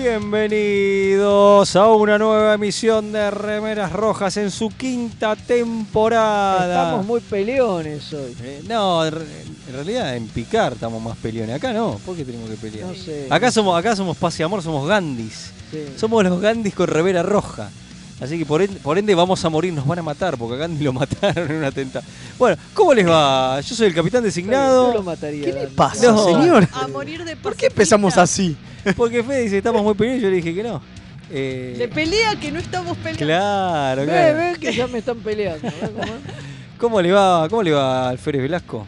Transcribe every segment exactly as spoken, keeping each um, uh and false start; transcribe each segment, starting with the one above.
Bienvenidos a una nueva emisión de Remeras Rojas en su quinta temporada. Estamos muy peleones hoy. Eh, no, en realidad en picar estamos más peleones. Acá no, ¿por qué tenemos que pelear? No sé. Acá somos, acá somos paz y amor, somos Gandhis. Sí. Somos los Gandhis con remera roja. Así que por ende, por ende vamos a morir, nos van a matar, porque a Gandhi lo mataron en un atentado. Bueno, ¿cómo les va? Yo soy el capitán designado. Yo lo mataría. ¿Qué le Gandhi. pasa, No. señor? A morir de ¿Por qué empezamos así? Porque Fede dice, estamos muy peleones, yo le dije que no. Eh, De pelea que no estamos peleando. Claro, Ve, claro. ve que ya me están peleando. ¿Ves cómo es? ¿Cómo le va, cómo le va al Férez Velasco?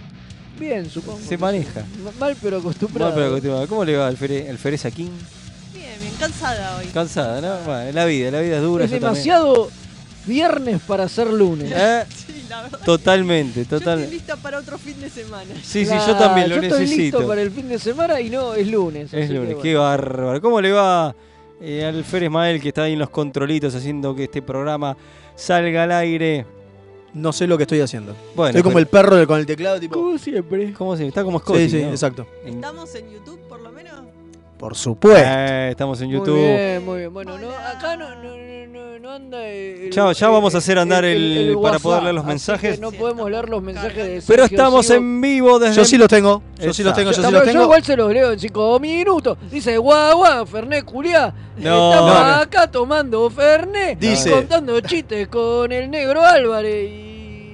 Bien, supongo. Se que maneja. sí. Mal pero acostumbrado. Bueno, pero continúa. ¿Cómo le va al Férez, al Férez Aquín? Bien, bien, cansada hoy. Cansada, ¿no? Bueno, la vida, la vida es dura. Es yo también. demasiado viernes para ser lunes. ¿Eh? Sí, la verdad. Totalmente, Yo estoy totalmente. lista para otro fin de semana. Sí, sí, Claro, yo también lo yo estoy necesito. listo para el fin de semana y no, es lunes. Es así lunes, que bueno. qué bárbaro. ¿Cómo le va eh, al Férez Mael que está ahí en los controlitos haciendo que este programa salga al aire? No sé lo que estoy haciendo. Bueno, Estoy como pero- el perro con el teclado, tipo. Como siempre. ¿Cómo se Está como Scotty, Sí, sí, ¿no? exacto. En- ¿Estamos en YouTube por lo menos? Por supuesto. Eh, estamos en YouTube. Muy bien, muy bien. Bueno, no, Hola. acá no, no, no, no, no anda el, Ya- ya vamos a hacer andar el- para WhatsApp, poder leer los así mensajes. que no Sí, podemos estamos leer los mensajes de cargando. Pero Sergio estamos Sigo. en vivo desde... Yo sí los tengo. Yo sí los tengo, yo sí Yo, los yo tengo. igual se los leo en cinco minutos. Dice, guau, guau, Fernet, Juliá. No, Estamos no, no. acá tomando Fernet. Dice- y contando chistes con el negro Álvarez y...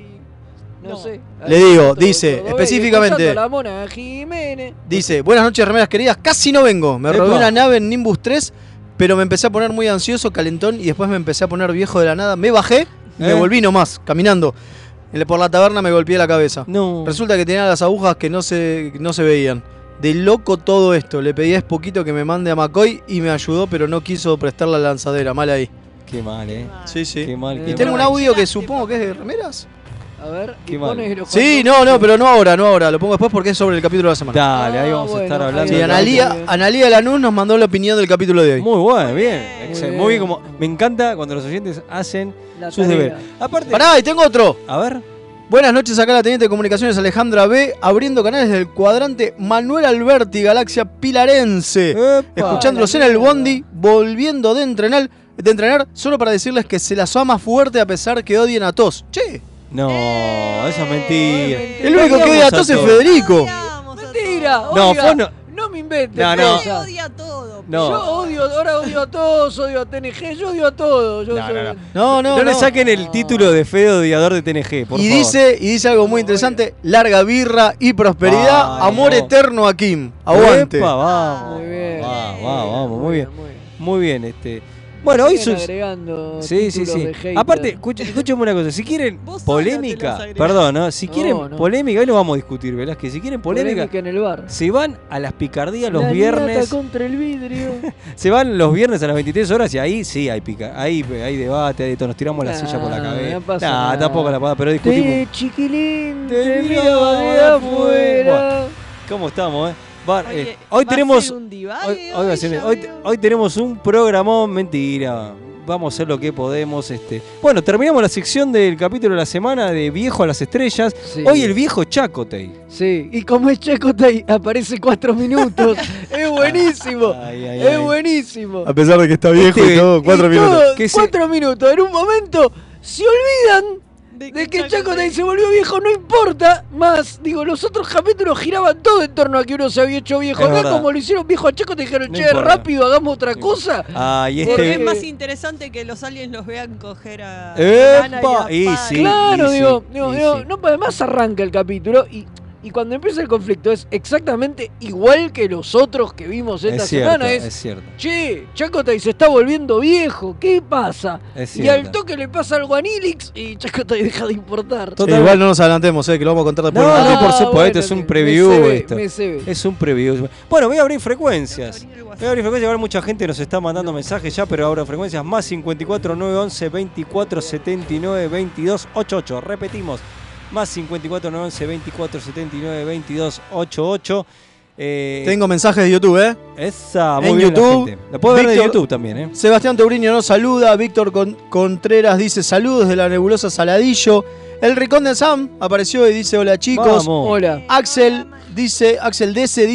No, No. sé. Le ahí digo, todo- dice, todo, específicamente- y escuchando a la Mona Jiménez. Dice, buenas noches, remeras queridas. Casi no vengo. Me Epa. robé una nave en Nimbus tres, pero me empecé a poner muy ansioso, calentón, y después me empecé a poner viejo de la nada. Me bajé y me ¿Eh? volví nomás, caminando. En- Por la taberna me golpeé la cabeza. No. Resulta que tenía las agujas que no se, no se veían. De loco todo esto. Le pedí a Espoquito que me mande a McCoy y me ayudó, pero no quiso prestar la lanzadera. Mal ahí. Qué mal, ¿eh? Sí, sí. Qué mal, Eh, qué Y tengo un mal. audio que supongo que es de remeras. A ver, Qué y mal. pone los Sí, cuantos- no, no, pero no ahora, no ahora. Lo pongo después porque es sobre el capítulo de la semana. Dale, ahí Ah, vamos a bueno, estar ahí hablando. Sí, Muy de- bien. Analía, Analía Lanús nos mandó la opinión del capítulo de hoy. Muy bueno, bien. Muy Excelente. bien. Muy bien, como me encanta cuando los oyentes hacen La sus tarea. deberes. Aparte, Pará, y tengo otro. a ver. Buenas noches, acá la Teniente de Comunicaciones Alejandra B, abriendo canales del cuadrante Manuel Alberti, Galaxia Pilarense. Epa. Escuchándolos en la el mierda. bondi, volviendo de entrenar, de entrenar, solo para decirles que se las ama fuerte a pesar que odien a todos. Che, No, Eh, eso es mentira. mentira. el único que odia a todos es todos. Federico. Odiamos a Mentira, todos. No, oiga, vos no- no me inventes No, no. Nadie cosas. odia todo. No. Yo odio, ahora odio a todos, odio a T N G, yo odio a todos. Yo No, soy- no, no. No, no, No, le no. saquen el título de Fede odiador de T N G, por Y favor. dice, y dice algo muy interesante, larga birra y prosperidad, Ay, amor no. eterno a Kim. Aguante. Epa, vamos. Muy bien. Vamos, vamos, vamos, muy bien. muy bien. Muy bien, este. Bueno, hoy Siguen sus. agregando Sí, sí, títulos sí. de hater. Aparte, escuchen, escúchenme una cosa. Si quieren Vos solo te polémica, los agregás. perdón, ¿no? Si No, quieren no. polémica, hoy no vamos a discutir, Velázquez. Si quieren polémica, Polémica en el bar. se van a las picardías los La viernes. niata contra el vidrio. Se van los viernes a las veintitrés horas y ahí sí hay pica, ahí hay debate, ahí nos tiramos la Nah, silla por la cabeza. no pasa Nah, nada. tampoco la pasa, pero discutimos. Te chiquilín, Te te miro miro de de afuera. ¿Cómo estamos, eh? Bar- Oye, eh, hoy ¿va a tenemos ser un divague hoy, hoy va a ser- ya hoy- veo? hoy tenemos un programón, mentira. Vamos a hacer lo que podemos. Este. Bueno, terminamos la sección del capítulo de la semana de Viejo a las Estrellas. Sí. Hoy el viejo Chacotay. Sí, y como es Chacotay, aparece cuatro minutos. Es buenísimo. Ay, ay, Es ay. buenísimo. A pesar de que está viejo Este- y todo, cuatro Y minutos. todo, Que se- cuatro minutos. En un momento se olvidan de que Chacotay se volvió viejo. No importa más. Digo, los otros capítulos giraban todo en torno a que uno se había hecho viejo. Es Acá, verdad. como lo hicieron viejo a Chacotay, dijeron, No che, importa. rápido, hagamos otra cosa. Ay, Porque este. es más interesante que los aliens los vean coger a ¡Epa! Ana y a Y Pan. sí. Claro, y digo, sí, digo, y digo, sí. no, además arranca el capítulo y, y cuando empieza el conflicto es exactamente igual que los otros que vimos esta Es cierto, semana. Es, es cierto. che, Chacotay se está volviendo viejo, ¿qué pasa? Es Y al cierto. toque le pasa algo a Nilix y Chacotay deja de importar. Total- Eh, igual no nos adelantemos, eh, que lo vamos a contar después. No, de un no, ratito. por supuesto, bueno, es un me- preview me se ve, esto. me se ve. Es un preview. Bueno, voy a abrir frecuencias. Abrir el WhatsApp. Voy a abrir frecuencias. Ahora mucha gente nos está mandando mensajes ya, pero ahora frecuencias más cincuenta y cuatro, nueve once, veinticuatro, setenta y nueve, veintidós, ochenta y ocho. Repetimos, más cincuenta y cuatro, nueve once, veinticuatro, setenta y nueve, veintidós, ochenta y ocho. Eh, Tengo mensajes de YouTube, ¿eh? esa, muy en bien la YouTube, gente. La puedo ver de Víctor- YouTube también, ¿eh? Sebastián Tobriño nos saluda, Víctor Con- Contreras dice saludos de la nebulosa Saladillo, el Ricón de Sam apareció y dice hola chicos, Vamos. Hola. Axel dice, Axel Dese dice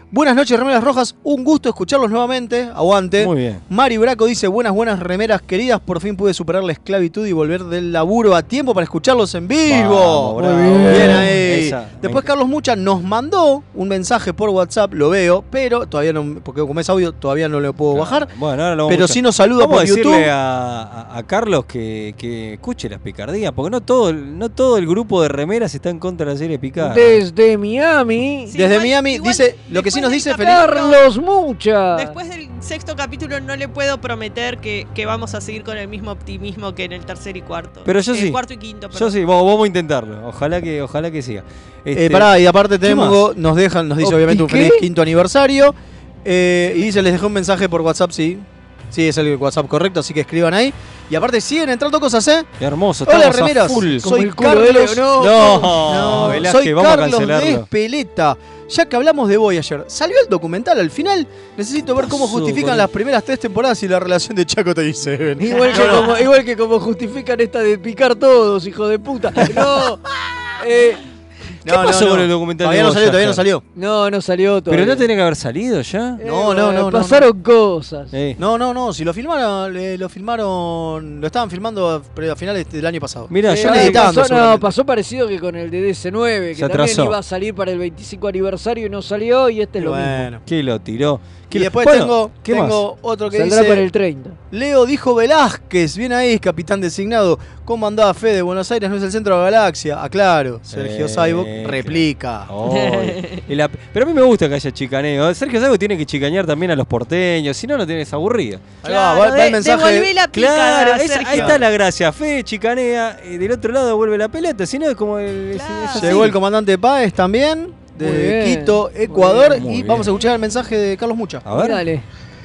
Buenas noches, remeras rojas. Un gusto escucharlos nuevamente. Aguante. Muy bien. Mari Braco dice, buenas, buenas remeras queridas. Por fin pude superar la esclavitud y volver del laburo a tiempo para escucharlos en vivo. Vamos, bravo. Muy bien ahí. Esa, Después me- Carlos Mucha nos mandó un mensaje por WhatsApp, lo veo, pero todavía no, porque como es audio, todavía no lo puedo bajar. Bueno, ahora lo vamos a Pero escuchar. sí nos saluda Vamos por a decirle YouTube. a, a- a Carlos que, que escuche las picardías, porque no todo, el- no todo el grupo de remeras está en contra de la serie Picard. Desde Miami, Sí, Desde igual- Miami igual dice, lo que sí después nos del dice capítulo- Felipe. Carlos Mucha. Después del sexto capítulo no le puedo prometer que, que vamos a seguir con el mismo optimismo que en el tercer y cuarto. Pero yo Eh, sí. Cuarto y quinto, Yo perdón. sí, vamos, vamos a intentarlo. Ojalá que, ojalá que siga. Eh, Este, pará, y aparte ¿qué tenemos, nos dejan, nos dice ¿O obviamente un Piqué? feliz quinto aniversario. Eh, y dice, les dejé un mensaje por WhatsApp, sí. Sí, es el WhatsApp correcto, así que escriban ahí. Y aparte siguen entrando cosas, ¿eh? Qué hermoso. Hola, Estamos a remeras. full. Como Soy el culo de Carlos. Leo, no. No, No, Velázquez, soy vamos a Carlos de cancelarlo. Espeleta. Ya que hablamos de Voyager, salió el documental al final. Necesito ver cómo pasó justifican con las el- primeras tres temporadas y la relación de Chakotay y Seven. Igual que, como, igual que como justifican esta de picar todos, hijo de puta. No, eh, ¿Qué pasó con el documental Todavía de no salió, todavía no Voyager? salió. no, no salió todavía. Pero no tenía que haber salido ya. Eh, No, no, no, no, Pasaron cosas. Eh, No, no, no, si lo filmaron, eh, lo filmaron, lo estaban filmando a, a finales del año pasado. Mira, Eh, yo no ah, le editando, pasó, no, seguramente. pasó parecido que con el de D C nueve, que Se también atrasó. iba a salir para el veinticinco aniversario y no salió, y este es Y lo mismo. bueno. que lo tiró. Que Y lo- después Bueno, tengo, ¿qué tengo otro que Saldrá dice, para el treinta. Leo dijo Velázquez, bien ahí, capitán designado. ¿Cómo andaba Fede? Buenos Aires no es el centro de la galaxia. Aclaro, Sergio Eh, Saibok claro. replica. Oh, y la- pero a mí me gusta que haya chicaneo. Sergio Sago tiene que chicanear también a los porteños, si no, no tienes aburrido. Ahí va, va- va de- el mensaje. devolvé la picada, Claro, esa- Sergio. ahí está la gracia. Fede chicanea, y del otro lado devuelve la pelota, si no es como el. es- Claro. es así. Llegó el comandante Páez también, Muy de bien, Quito, muy Ecuador. bien, muy Y bien. vamos a escuchar el mensaje de Carlos Mucha. A ver. Dale.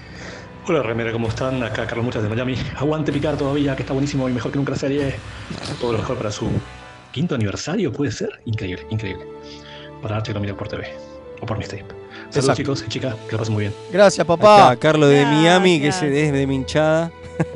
Hola remera, ¿cómo están? Acá Carlos Muchas de Miami. Aguante picar todavía, que está buenísimo y mejor que nunca la serie. Todo lo mejor para su quinto aniversario, ¿puede ser? Increíble, increíble. Para Archie lo mira por T V o por Mixtape. Saludos Exacto. chicos y chicas, que lo pasen muy bien. Gracias, papá. Acá, Carlos de Miami, que es Gracias. de, de mi hinchada.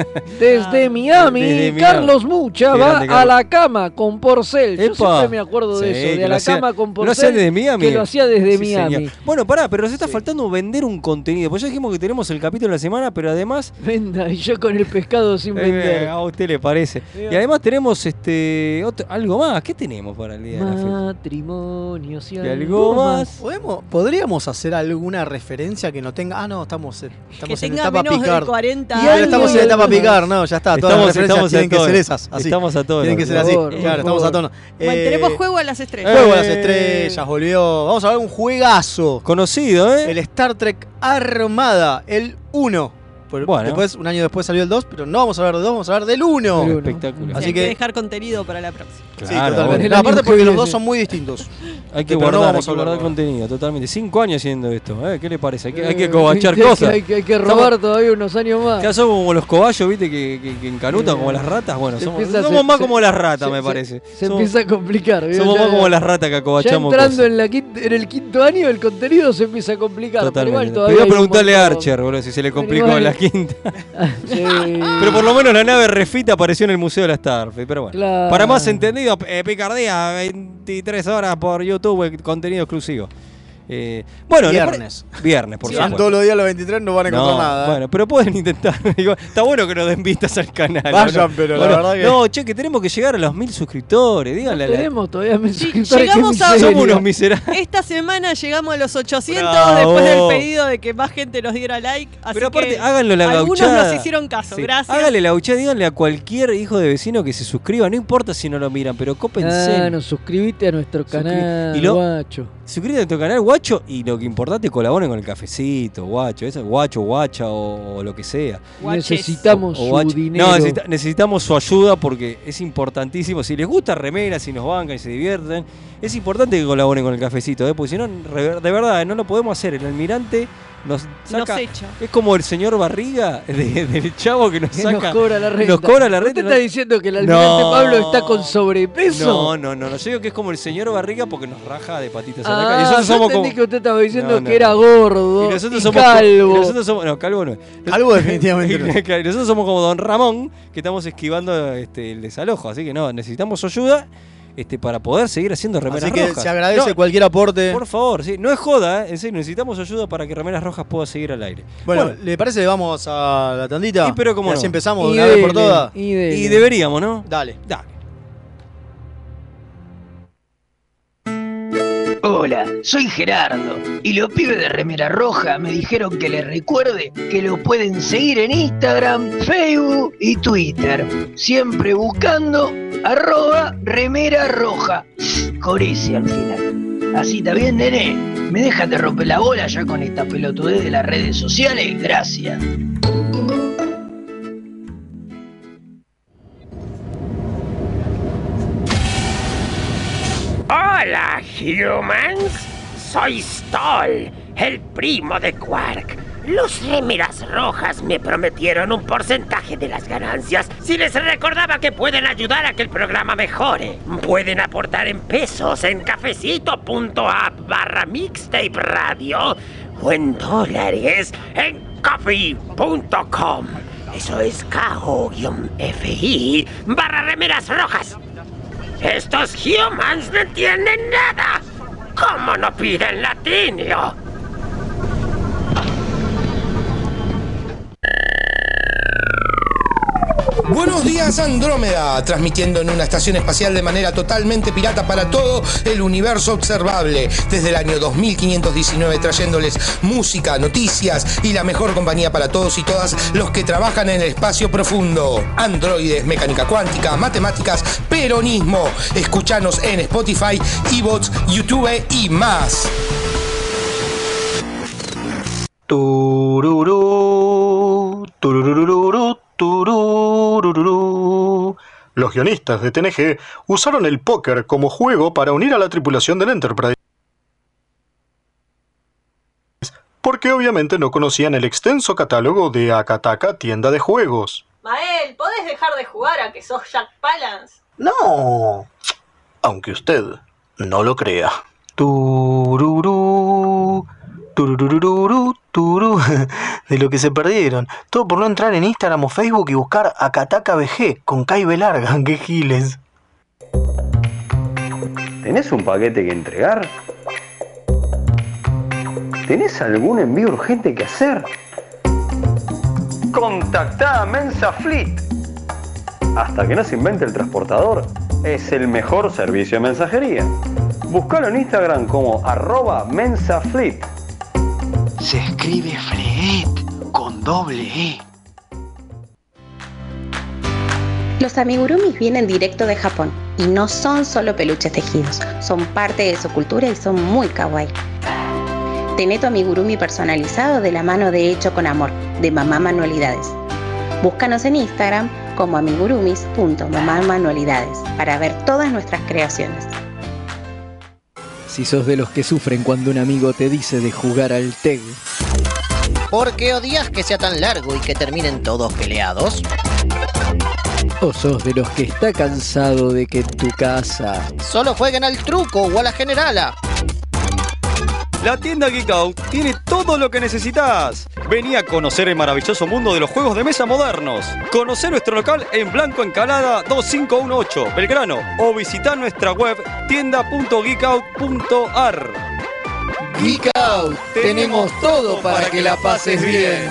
Desde Ah, Miami, desde Miami. Carlos Mucha Qué va grande, a Carlos. la cama con Porcel. Yo Epa. siempre me acuerdo de Sí, eso, que de a lo la hacía- cama con Lo hacía Porcel. desde Miami. Que lo hacía desde Sí, Miami. señor. Bueno, pará, pero nos está Sí. faltando vender un contenido. Pues ya dijimos que tenemos el capítulo de la semana, pero además. Venda, y yo con el pescado sin eh, vender. a usted le parece. Bien. Y además tenemos este otro- algo más. ¿Qué tenemos para el día de la fecha? Matrimonios y Y algo, algo más. más. ¿Podemos, ¿Podríamos hacer alguna referencia que no tenga? Ah, no, estamos, eh, Que estamos en tenga etapa menos picar. de cuarenta Y Pero años. estamos en algo etapa más. picar, no, ya está. Todas las Estamos, referencias estamos tienen a que tono. ser esas. Así. Estamos a tono. Tienen que ser Por así. favor, Claro, por estamos a favor. tono. Bueno, Eh, tenemos Juego a las Estrellas. Juego a las Eh. estrellas, volvió. Vamos a ver un juegazo. Conocido, ¿eh? El Star Trek Armada, el uno. Por- Bueno. Después, un año después salió el dos, pero no vamos a hablar del dos, vamos a hablar del uno. Del uno. Espectacular. Así Hay que- que dejar contenido para la próxima. Sí, Claro, totalmente. bueno. El No, año aparte que porque los viene. dos son muy distintos. Hay que Pero no guardar, hay vamos que a hablar guardar ahora. contenido, totalmente. Cinco años haciendo esto, ¿eh? ¿Qué le parece? Hay que, hay Eh, que cobachar hay que- cosas. Hay que, hay que robar todavía unos años más. Ya somos como los cobayos, ¿viste? Que, que, que encanutan Eh, como las ratas. Bueno, se somos, empieza- somos se- más se- como las ratas, se- me se- parece. Se somos empieza a complicar. ¿vio? somos Ya- más como las ratas que Ya acobachamos entrando cosas. en, la quinta- en el quinto año, el contenido se empieza a complicar. Pero Totalmente. igual Pero todavía voy a hay un preguntarle a montón. Archer, boludo, si se le Bueno, complicó igual- en la quinta. Sí. Pero por lo menos la nave refita apareció en el Museo de la Starfleet. Pero bueno. Claro. Para más entendido, eh, Picardía, veintitrés horas por YouTube, eh, contenido exclusivo. Eh, bueno, ¿le pare- Viernes. Viernes, por Si van supuesto. todos los días a los veintitrés no van a encontrar No, nada. ¿eh? bueno, pero pueden intentar. Digo, está bueno que nos den vistas al canal. Vayan, ¿o no? pero la Bueno, verdad que- No, che, que tenemos que llegar a los mil suscriptores. No Díganle a la- tenemos todavía mil Sí, suscriptores. llegamos qué a- miseria. Somos unos miserables. Esta semana llegamos a los ochocientos Bravo. después del pedido de que más gente nos diera like. Así Pero aparte, que háganlo la algunos gauchada. nos hicieron caso. Sí. Gracias. Háganle la gauchada, díganle a cualquier hijo de vecino que se suscriba. No importa si no lo miran, pero cópense. Ah, no, suscríbete a nuestro Suscri- canal, y lo- guacho. Suscríbete a nuestro canal, guacho, y lo que importa te colaboren con el cafecito, guacho, eso, guacho, guacha o, o lo que sea. Guaches. Necesitamos O- o su guacho. dinero. No, necesita- necesitamos su ayuda porque es importantísimo. Si les gusta remeras, si nos bancan y se divierten, es importante que colaboren con el cafecito, ¿eh? Porque si no, re- de verdad, eh, no lo podemos hacer. El almirante nos saca. Nos echa. Es como el señor Barriga de- del chavo que nos Que saca. nos cobra la renta. nos cobra la renta, ¿Usted no- está diciendo que el almirante No. Pablo está con sobrepeso? No, no, no, no. Yo digo que es como el señor Barriga porque nos raja de patitas en la Ah, cara. Y nosotros yo somos entendí como. que usted estaba diciendo No, no, que era no. gordo Y nosotros y somos. calvo. y nosotros somos. No, calvo no es. Algo definitivamente no. Claro, y nosotros somos como Don Ramón, que estamos esquivando este, el desalojo. Así que no, necesitamos su ayuda. este, para poder seguir haciendo Remeras Así que Rojas. se agradece No, cualquier aporte. Por favor, sí, no es joda, ¿eh? En serio, necesitamos ayuda para que Remeras Rojas pueda seguir al aire. Bueno, ¿le parece que vamos a la tandita? Sí, pero cómo y así no. empezamos de Y una vez por dele, todas. y dele. Y deberíamos, ¿no? Dale. Dale. Hola, soy Gerardo y los pibes de Remera Roja me dijeron que les recuerde que lo pueden seguir en Instagram, Facebook y Twitter, siempre buscando arroba Remera Roja, con ese al final. Así está bien, nene, me dejas de romper la bola ya con esta pelotudez de las redes sociales, gracias. Hola, humans. Soy Stoll, el primo de Quark. Los Remeras Rojas me prometieron un porcentaje de las ganancias si les recordaba que pueden ayudar a que el programa mejore. Pueden aportar en pesos en cafecito.app barra mixtape radio o en dólares en coffee punto com. Eso es K-O-F-I barra Remeras Rojas. Estos humans no entienden nada. ¿Cómo no piden latinio? Buenos días, Andrómeda, transmitiendo en una estación espacial de manera totalmente pirata para todo el universo observable, desde el año dos mil quinientos diecinueve, trayéndoles música, noticias y la mejor compañía para todos y todas los que trabajan en el espacio profundo. Androides, mecánica cuántica, matemáticas, peronismo. Escuchanos en Spotify, iVoox, YouTube y más. Tururú, tururururu, tururururu. Los guionistas de T N G usaron el póker como juego para unir a la tripulación del Enterprise, porque obviamente no conocían el extenso catálogo de Akataka, tienda de juegos. Mael, ¿podés dejar de jugar a que sos Jack Palance? No, aunque usted no lo crea. Tururú, tururururu, turú. De lo que se perdieron. Todo por no entrar en Instagram o Facebook y buscar Akataka B G con K y B larga. ¡Qué giles! ¿Tenés un paquete que entregar? ¿Tenés algún envío urgente que hacer? Contactá a Mensa Fleet. Hasta que no se invente el transportador, es el mejor servicio de mensajería. Buscalo en Instagram como arroba Mensa Fleet. Se escribe Fleet con doble E. Los amigurumis vienen directo de Japón y no son solo peluches tejidos, son parte de su cultura y son muy kawaii. Tené tu amigurumi personalizado de la mano de Hecho con Amor, de Mamá Manualidades. Búscanos en Instagram como amigurumis punto mamá manualidades para ver todas nuestras creaciones. Si sos de los que sufren cuando un amigo te dice de jugar al T E G. ¿Por qué odias que sea tan largo y que terminen todos peleados? ¿O sos de los que está cansado de que en tu casa solo jueguen al truco o a la generala? La tienda Geek Out tiene todo lo que necesitas. Vení a conocer el maravilloso mundo de los juegos de mesa modernos. Conocé nuestro local en Blanco Encalada dos cinco uno ocho, Belgrano, o visitá nuestra web tienda punto geek out punto a r. Geek Out, tenemos todo para que la pases bien.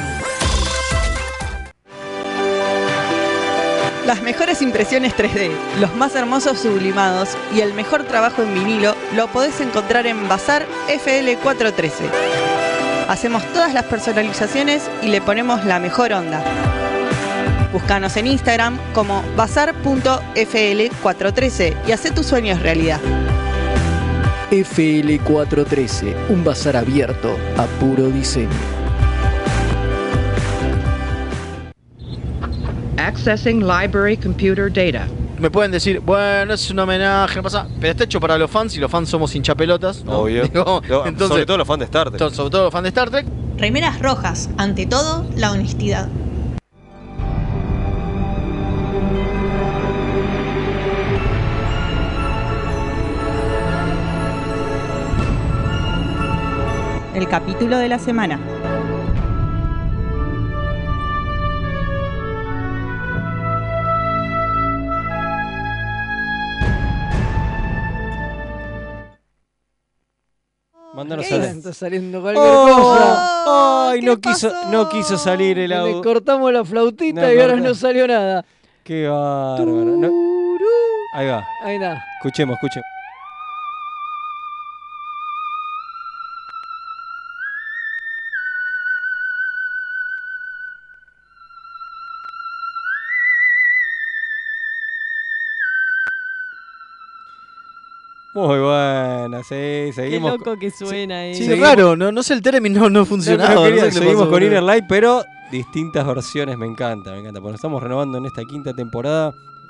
Las mejores impresiones tres D, los más hermosos sublimados y el mejor trabajo en vinilo lo podés encontrar en Bazar F L cuatrocientos trece. Hacemos todas las personalizaciones y le ponemos la mejor onda. Búscanos en Instagram como bazar punto f l cuatrocientos trece y hacé tus sueños realidad. F L cuatrocientos trece, un bazar abierto a puro diseño. Accessing library computer data. Me pueden decir, bueno, es un homenaje, no pasa, pero está hecho para los fans y los fans somos hinchapelotas, ¿no? Obvio. Digo, No, entonces, sobre todo los fans de Star Trek. to- sobre todo los fans de Star Trek. Remeras Rojas, ante todo, la honestidad. El capítulo de la semana. Mandanos ¿Qué? a la- Está saliendo cualquier Oh, cosa. Ay, no quiso, no quiso salir el Le audio. cortamos la flautita No, y ahora cortá. no salió nada. Qué bárbaro. No. Ahí va. Ahí está. Escuchemos, escuchemos. Muy buena, sí, Qué seguimos. loco que suena Sí, eso. raro, no, no sé el término, no, no funcionaba. No, pero no quería- sé qué le seguimos pasó, con boludo. Inner Light, pero distintas versiones, me encanta, me encanta. Porque estamos renovando en esta quinta temporada.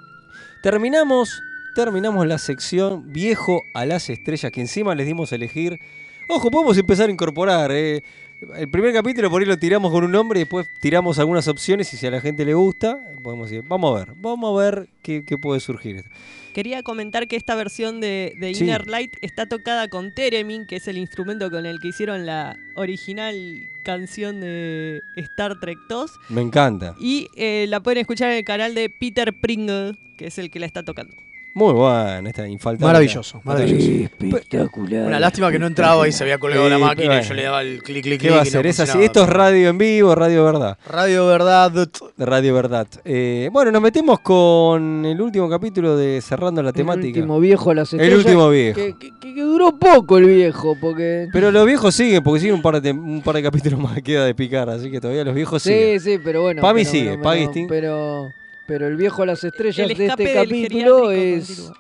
Terminamos, terminamos la sección Viejo a las Estrellas, que encima les dimos a elegir. Ojo, podemos empezar a incorporar. eh. El primer capítulo por ahí lo tiramos con un nombre y después tiramos algunas opciones y si a la gente le gusta, podemos decir, vamos a ver, vamos a ver qué, qué puede surgir. Quería comentar que esta versión de, de Sí. Inner Light está tocada con Theremin, que es el instrumento con el que hicieron la original canción de Star Trek dos. Me encanta. Y eh, la pueden escuchar en el canal de Peter Pringle, que es el que la está tocando. Muy bueno, esta infaltable. Maravilloso, maravilloso. Espectacular. Una lástima que no entraba y se había colgado la Eh, máquina bueno. y yo le daba el clic, clic, ¿Qué clic. va a y no hacer? Es así. funcionaba. Esto es radio en vivo, radio verdad. Radio Verdad. Radio Verdad. Eh, bueno, nos metemos con el último capítulo de Cerrando la Temática. El último viejo a las El estrellas. último viejo. Que, que- que duró poco el viejo, porque... Pero los viejos siguen, porque siguen un par de, un par de capítulos más que queda de picar, así que todavía los viejos Sí, siguen. sí, pero bueno. Pa' mí pero- sigue, pero- pa' pero- Gisting. Pero, pero el viejo a las estrellas El de escape este del capítulo geriátrico es... continúa.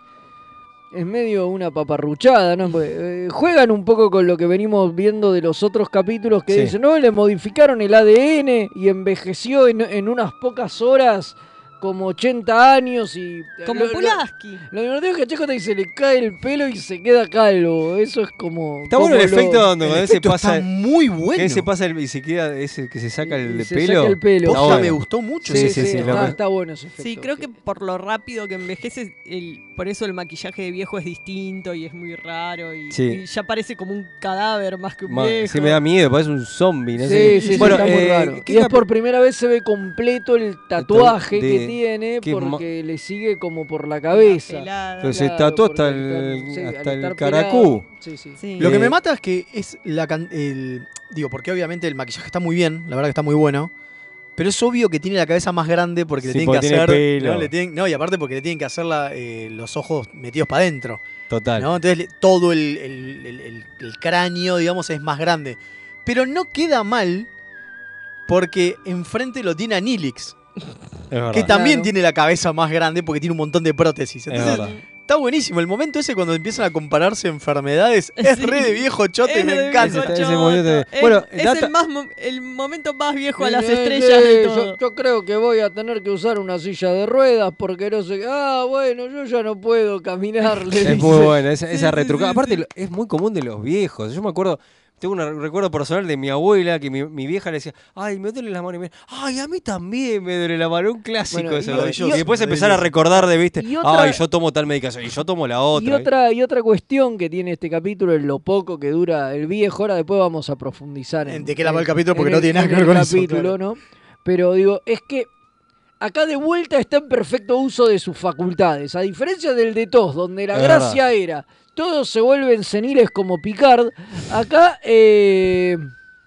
Es medio una paparruchada, ¿no? Porque, eh, juegan un poco con lo que venimos viendo de los otros capítulos que Sí. dicen, no, le modificaron el A D N y envejeció en, en unas pocas horas como ochenta años y... Como lo- lo- Pulaski. Lo divertido es que a Checo te se le cae el pelo y se queda calvo. Eso es como... Está bueno el como lo- efecto donde cuando El ese efecto pasa. está muy bueno. Que ese pasa el, y se queda ese que se saca el y se pelo. saca el pelo. Está Posta, bueno. me gustó mucho. Sí, ese sí, sí, efecto. lo está, que- está bueno ese efecto. Sí, creo que por lo rápido que envejece, el, por eso el maquillaje de viejo es distinto y es muy raro. Y, Sí. y ya parece como un cadáver más que un Ma- viejo. sí, me da miedo, parece un zombie. No Sí, sé. sí, sí, Bueno, está muy eh, raro. ¿qué Y es cap- por primera vez se ve completo el tatuaje de- que tiene que es ma- porque le sigue como por la cabeza. Pelada. Pero se Claro, tatuó porque hasta al el, estar- sí, al hasta el estar caracú. pelado. Sí, sí. Sí. Lo que Eh, me mata es que es la can- el digo, porque obviamente el maquillaje está muy bien, la verdad que está muy bueno, pero es obvio que tiene la cabeza más grande porque Sí, le tienen porque que tiene hacer pelo. ¿no? Le tienen- no, y aparte porque le tienen que hacer la, eh, los ojos metidos para adentro, Total. ¿no? Entonces le- todo el, el- el- el- el cráneo, digamos, es más grande. Pero no queda mal porque enfrente lo tiene a Nilix, Es verdad. que también Claro. tiene la cabeza más grande porque tiene un montón de prótesis. Es Entonces, verdad. está buenísimo. El momento ese cuando empiezan a compararse enfermedades es Sí. re de viejo choto y Es me de encanta. viejo Ese choto. momento de- Es, Bueno, es data- el, más, mo- el momento más viejo a las Sí, estrellas sí, de yo, todo. yo creo que voy a tener que usar una silla de ruedas porque no sé. Ah, bueno, yo ya no puedo caminar. le Es dice. muy buena, esa, Sí, esa sí, retrucada. sí, Aparte, sí. lo- es muy común de los viejos. Yo me acuerdo, tengo un recuerdo personal de mi abuela, que mi, mi vieja le decía, ay, me duele la mano. Y me, ay, a mí también me duele la mano. Un clásico Bueno, eso. y- ¿no? y- Y, después y- empezar a recordar de, viste, y otra- ay, yo tomo tal medicación y yo tomo la otra. Y otra, y otra cuestión que tiene este capítulo es lo poco que dura el viejo. Ahora después vamos a profundizar en ¿De qué la va el en- capítulo? Porque en no el- tiene nada en que ver el con eso, capítulo, claro. ¿no? Pero digo, es que acá de vuelta está en perfecto uso de sus facultades. A diferencia del de Tos, donde la Es gracia era todos se vuelven seniles como Picard. Acá, eh,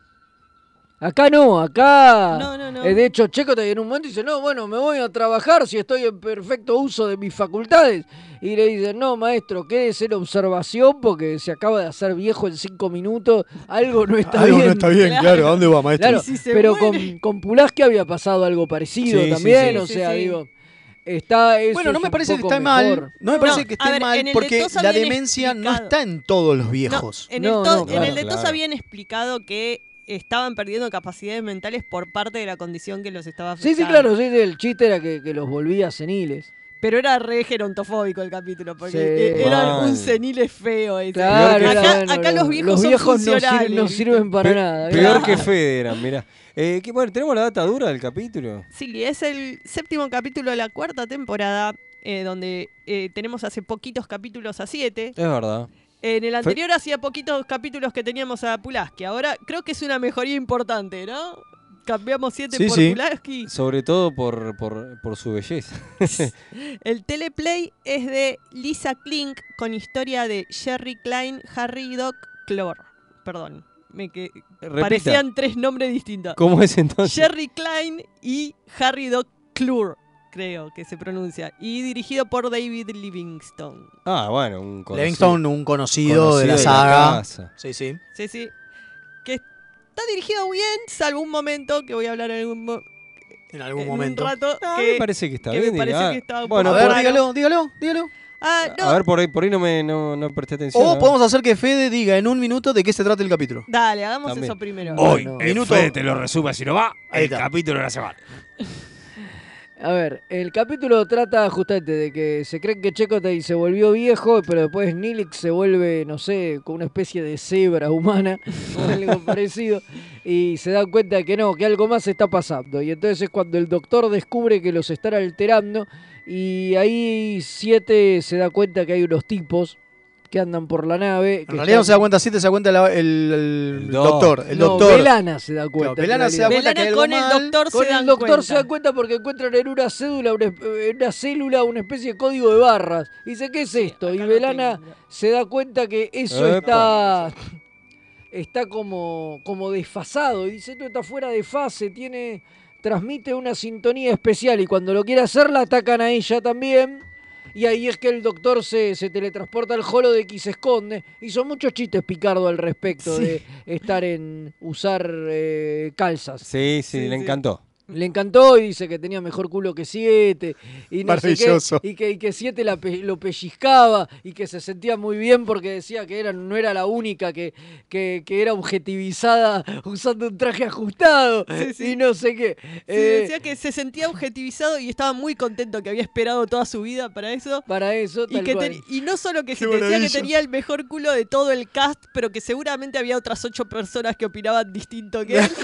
acá no, acá. No, no, no. eh, de hecho, Checo en un momento dice, no, bueno, me voy a trabajar si estoy en perfecto uso de mis facultades. Y le dicen, no, maestro, quédese en observación porque se acaba de hacer viejo en cinco minutos. Algo no está Algo bien. no está bien, claro. ¿A dónde va, maestro? Claro, Y si se pero muere. con, con Pulaski había pasado algo parecido Sí, sí, también, sí. o Sí, sea, sí. digo, está eso Bueno, no es me un parece que poco esté mal. mejor. No me parece No, que a esté ver, mal en el de porque Tos la habían demencia no explicado. está en todos los No, viejos. en No, el, to- no, en claro, el de Tos claro. habían explicado que estaban perdiendo capacidades mentales por parte de la condición que los estaba Sí, afectando. sí, claro, sí, sí, el chiste era que, que los volvía seniles. Pero era re gerontofóbico el capítulo, porque Sí. eh, era Mal. un senil feo ese. Claro, que era, acá, bueno, acá los viejos, son viejos no, sir- funcionales, no ¿viste? sirven para Pe- nada. Peor claro. que Fede eran, mirá. Eh, que, bueno, tenemos la data dura del capítulo. Sí, es el séptimo capítulo de la cuarta temporada, eh, donde eh, tenemos hace poquitos capítulos a siete. Es verdad. En el anterior hacía poquitos capítulos que teníamos a Pulaski. Ahora creo que es una mejoría importante, ¿no? Cambiamos siete Sí, por sí. Pulaski. Sobre todo por, por, por su belleza. El teleplay es de Lisa Klink con historia de Jerry Klein, Harry y Doc Clore. perdón. Me que Repita. parecían tres nombres distintos. ¿Cómo es entonces? Jerry Klein y Harry Doc Clure, creo que se pronuncia. Y dirigido por David Livingstone. Ah, bueno, un conocido. Livingstone, un conocido, de la conocido saga. casa. Sí, sí. Sí, sí. Que está dirigido bien, salvo un momento que voy a hablar en algún, mo- En algún en momento. un rato. Ah, que, me parece que está que bien. me parece diga. que está un Bueno, poco A ver, raro. dígalo, dígalo, dígalo. Ah, no. A ver, por ahí, por ahí no, me, no, no presté atención. O a ver. podemos hacer que Fede diga en un minuto de qué se trata el capítulo. Dale, hagamos También. eso primero. Hoy, Bueno. el Minuto. Fede te lo resume, si no va, Ahí el está. capítulo de la semana. A ver, el capítulo trata justamente de que se creen que Chakotay se volvió viejo, pero después Nilix se vuelve, no sé, con una especie de cebra humana o algo parecido, y se dan cuenta que no, que algo más está pasando. Y entonces es cuando el doctor descubre que los están alterando, y ahí Siete se da cuenta que hay unos tipos que andan por la nave. En realidad no se da cuenta siete, se da cuenta la- el, el El doctor. El No, doctor. Velana se da cuenta. Claro, Velana se da cuenta que hay algo con el mal. doctor Con se el dan doctor cuenta. se da cuenta porque encuentran en una cédula, una, en una célula, una especie de código de barras. Y dice, ¿qué es esto? Y acá lo Velana tengo, mira. se da cuenta que eso Epa. está está como, como desfasado. Y dice, esto está fuera de fase, tiene transmite una sintonía especial. Y cuando lo quiere hacer, la atacan a ella también. Y ahí es que el doctor se, se teletransporta al holodeck y se esconde. Hizo muchos chistes Picardo al respecto Sí. de estar en usar eh, calzas. Sí, sí, Sí, le sí. encantó. Le encantó y dice que tenía mejor culo que Siete y no sé qué, Maravilloso. y que, y que Siete la pe- lo pellizcaba y que se sentía muy bien porque decía que era, no era la única que, que, que era objetivizada usando un traje ajustado Sí, sí. y no sé qué. Sí, Eh, decía que se sentía objetivizado y estaba muy contento que había esperado toda su vida para eso. para eso, Y, tal que cual. ten- y no solo que Qué se decía que maravilla. tenía el mejor culo de todo el cast, pero que seguramente había otras ocho personas que opinaban distinto que él.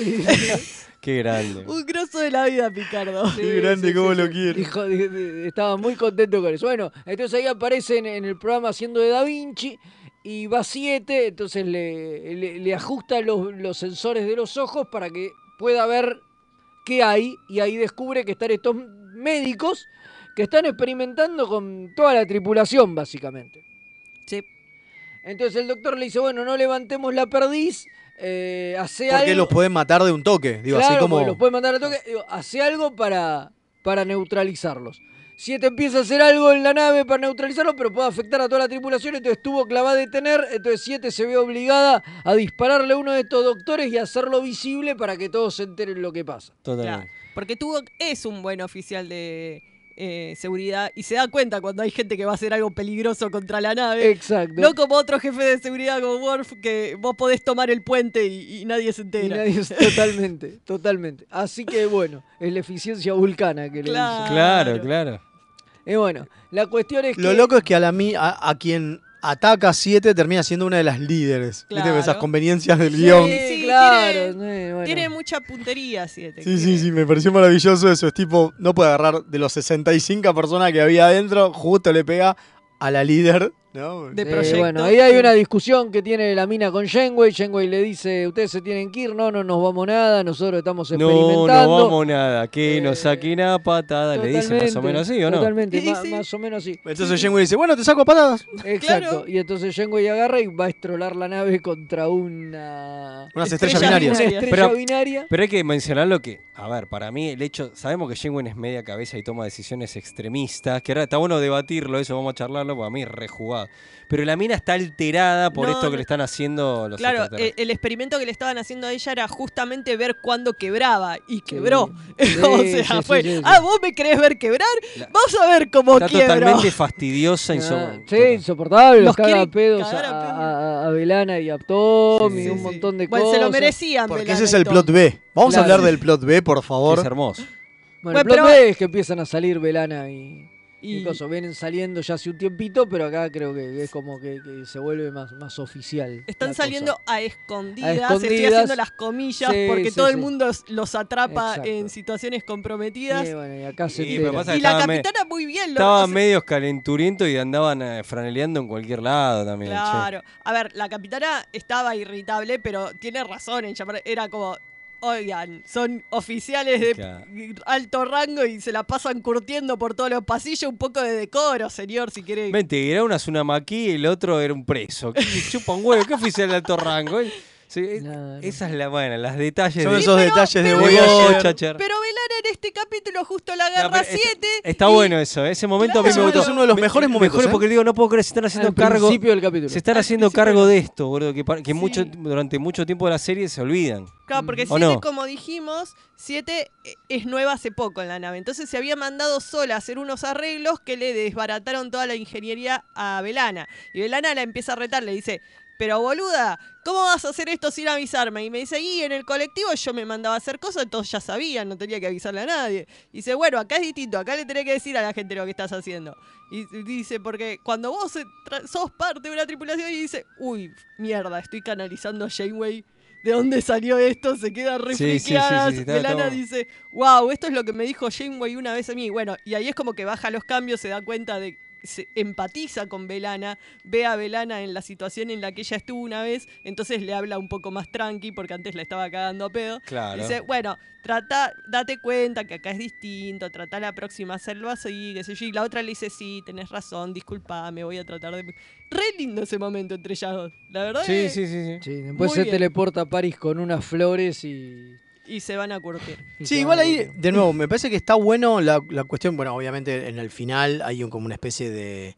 Qué grande. Un grosso de la vida, Picardo. Sí, Qué grande, sí, cómo sí, lo sí. quiero. Dijo- di- di- estaba muy contento con eso. Bueno, entonces ahí aparecen en el programa haciendo de Da Vinci y va Siete, entonces le, le- le ajusta los, los sensores de los ojos para que pueda ver qué hay y ahí descubre que están estos médicos que están experimentando con toda la tripulación, básicamente. Sí. Entonces el doctor le dice, bueno, no levantemos la perdiz, eh, hace Porque algo. los pueden matar de un toque. Digo, Claro, así como. porque los puede mandar a toque. Digo, hace algo para, para neutralizarlos. Siete empieza a hacer algo en la nave para neutralizarlos, pero puede afectar a toda la tripulación, entonces tuvo que la va a detener, entonces Siete se ve obligada a dispararle a uno de estos doctores y hacerlo visible para que todos se enteren lo que pasa. Totalmente. Claro, porque Tuvok es un buen oficial de eh, seguridad y se da cuenta cuando hay gente que va a hacer algo peligroso contra la nave. Exacto. No como otro jefe de seguridad como Worf, que vos podés tomar el puente y, y nadie se Y entera. nadie- totalmente, totalmente. Así que bueno, es la eficiencia vulcana que le Claro. dice. Claro, claro. Y bueno, la cuestión es que... Lo loco es que a, la, mi- a, a quien ataca siete termina siendo una de las líderes. ¿Viste? Claro. Esas conveniencias del Sí, guión. Sí, claro. tiene- eh, bueno. Tiene mucha puntería, Siete. Sí, sí, sí, me pareció maravilloso eso. Es tipo, no puede agarrar de los sesenta y cinco personas que había adentro, justo le pega a la líder, ¿no? De Eh, proyecto. bueno, ahí hay una discusión que tiene la mina con Janeway. Janeway le dice, ustedes se tienen que ir, no, no nos vamos nada, nosotros estamos No, experimentando. no vamos nada. Que Eh, nos saquen a patada. Le dice más o menos así, ¿o no? Totalmente, Sí, ma- sí. más o menos así. Entonces Janeway dice, bueno, te saco a patadas. Exacto. Claro. Y entonces Janeway agarra y va a estrolar la nave contra una... Unas Estrella estrellas binarias. Una binaria. estrella Pero- binaria. Pero hay que mencionarlo que, a ver, para mí el hecho, sabemos que Janeway es media cabeza y toma decisiones extremistas, que ahora está bueno debatirlo, eso vamos a charlarlo, porque a mí es rejugado. Pero la mina está alterada por No, esto que no. le están haciendo los Claro, el, extraterrestres. el experimento que le estaban haciendo a ella era justamente ver cuándo quebraba y Sí. quebró. Sí, o sí, sea, sí, fue, sí, sí. ah, vos me querés ver quebrar, La- vamos a ver cómo Está quiebro. totalmente fastidiosa. Ah, inso- sí, insoportable. Los Los caga a quieren pedos a, cagar a pedos. a- a Velana y a Tom Sí, y sí, un sí. montón de Bueno, cosas. se lo merecían. Porque Belana ese es y el Tom. plot B. Vamos Claro. a hablar del plot B, por que favor. es hermoso. Bueno, el Bueno, plan pero- B es que empiezan a salir Velana y, y, Y- cosas. Vienen saliendo ya hace un tiempito, pero acá creo que es como que, que se vuelve más, más oficial. Están la saliendo cosa. a escondidas, A estoy escondidas. haciendo las comillas Sí, porque sí, todo el sí. mundo los atrapa Exacto. en situaciones comprometidas. Y bueno, y acá se Sí, pero enteran. pasa que Y la estaban me- capitana muy bien lo Estaban o sea, medios calenturientos y andaban eh, franeleando en cualquier lado también. che. Claro. A ver, la capitana estaba irritable, pero tiene razón en llamar. Era como, oigan, son oficiales de Claro. alto rango y se la pasan curtiendo por todos los pasillos. Un poco de decoro, señor, si quiere. Mentira, una Tsunamaki y el otro era un preso. ¿Qué chupa un huevo? ¿Qué oficial de alto rango? Eh, Sí, esa es la buena, las detalles Son de esos detalles de Voyager. Voyager. Pero Belana en este capítulo justo la agarra siete. Está bueno eso, ese momento a mí Ese me momento gustó. es uno de los Me- mejores momentos, Mejores ¿eh? porque digo, no puedo creer, se están haciendo Al cargo. principio del capítulo. Se están Al haciendo principio cargo del- de esto, boludo, que, pa- que mucho, durante mucho tiempo de la serie se olvidan. Claro, porque ¿O siete, no? como dijimos, siete es nueva hace poco en la nave. Entonces se había mandado sola a hacer unos arreglos que le desbarataron toda la ingeniería a Belana. Y Belana la empieza a retar, le dice, pero boluda, ¿cómo vas a hacer esto sin avisarme? Y me dice, y en el colectivo yo me mandaba a hacer cosas, todos ya sabían, no tenía que avisarle a nadie. Y dice, bueno, acá es distinto, acá le tenés que decir a la gente lo que estás haciendo. Y dice, porque cuando vos tra- sos parte de una tripulación y dice, uy, mierda, estoy canalizando a Janeway. ¿De dónde salió esto? Se queda re Sí, sí, sí, friqueada. sí, sí, está- Belana está- dice, wow, esto es lo que me dijo Janeway una vez a mí. Bueno, y ahí es como que baja los cambios, se da cuenta de se empatiza con Belana, ve a Belana en la situación en la que ella estuvo una vez, entonces le habla un poco más tranqui porque antes la estaba cagando a pedo. Claro. Dice, bueno, trata, date cuenta que acá es distinto, trata la próxima hacerlo así, qué sé yo. Y la otra le dice, sí, tenés razón, disculpame, voy a tratar de... Re lindo ese momento entre ellas dos, la verdad. Sí, es- sí, sí, sí. Sí, después Muy se bien. teleporta a París con unas flores y... Y se van a curtir. y Sí, se igual van a ahí, curtir. de nuevo, me parece que está bueno la, la cuestión. Bueno, obviamente en el final hay un, como una especie de.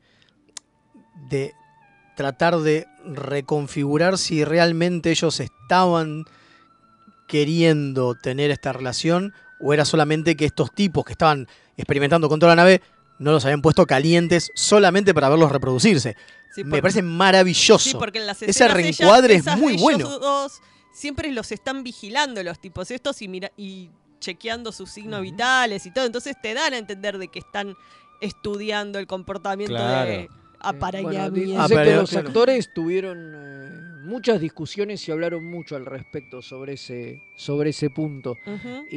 de tratar de reconfigurar si realmente ellos estaban queriendo tener esta relación o era solamente que estos tipos que estaban experimentando con toda la nave no los habían puesto calientes solamente para verlos reproducirse. Sí, Me porque- parece maravilloso. Sí, porque en las Ese escenas reencuadre ellas- es esas muy de bueno. ellos dos siempre los están vigilando los tipos estos y mira y chequeando sus signos vitales y todo. Entonces te dan a entender de que están estudiando el comportamiento Claro. de Bueno, di- apareamiento. dice Ah, que pero- los claro. actores tuvieron eh, muchas discusiones y hablaron mucho al respecto sobre ese, sobre ese punto. Ujú.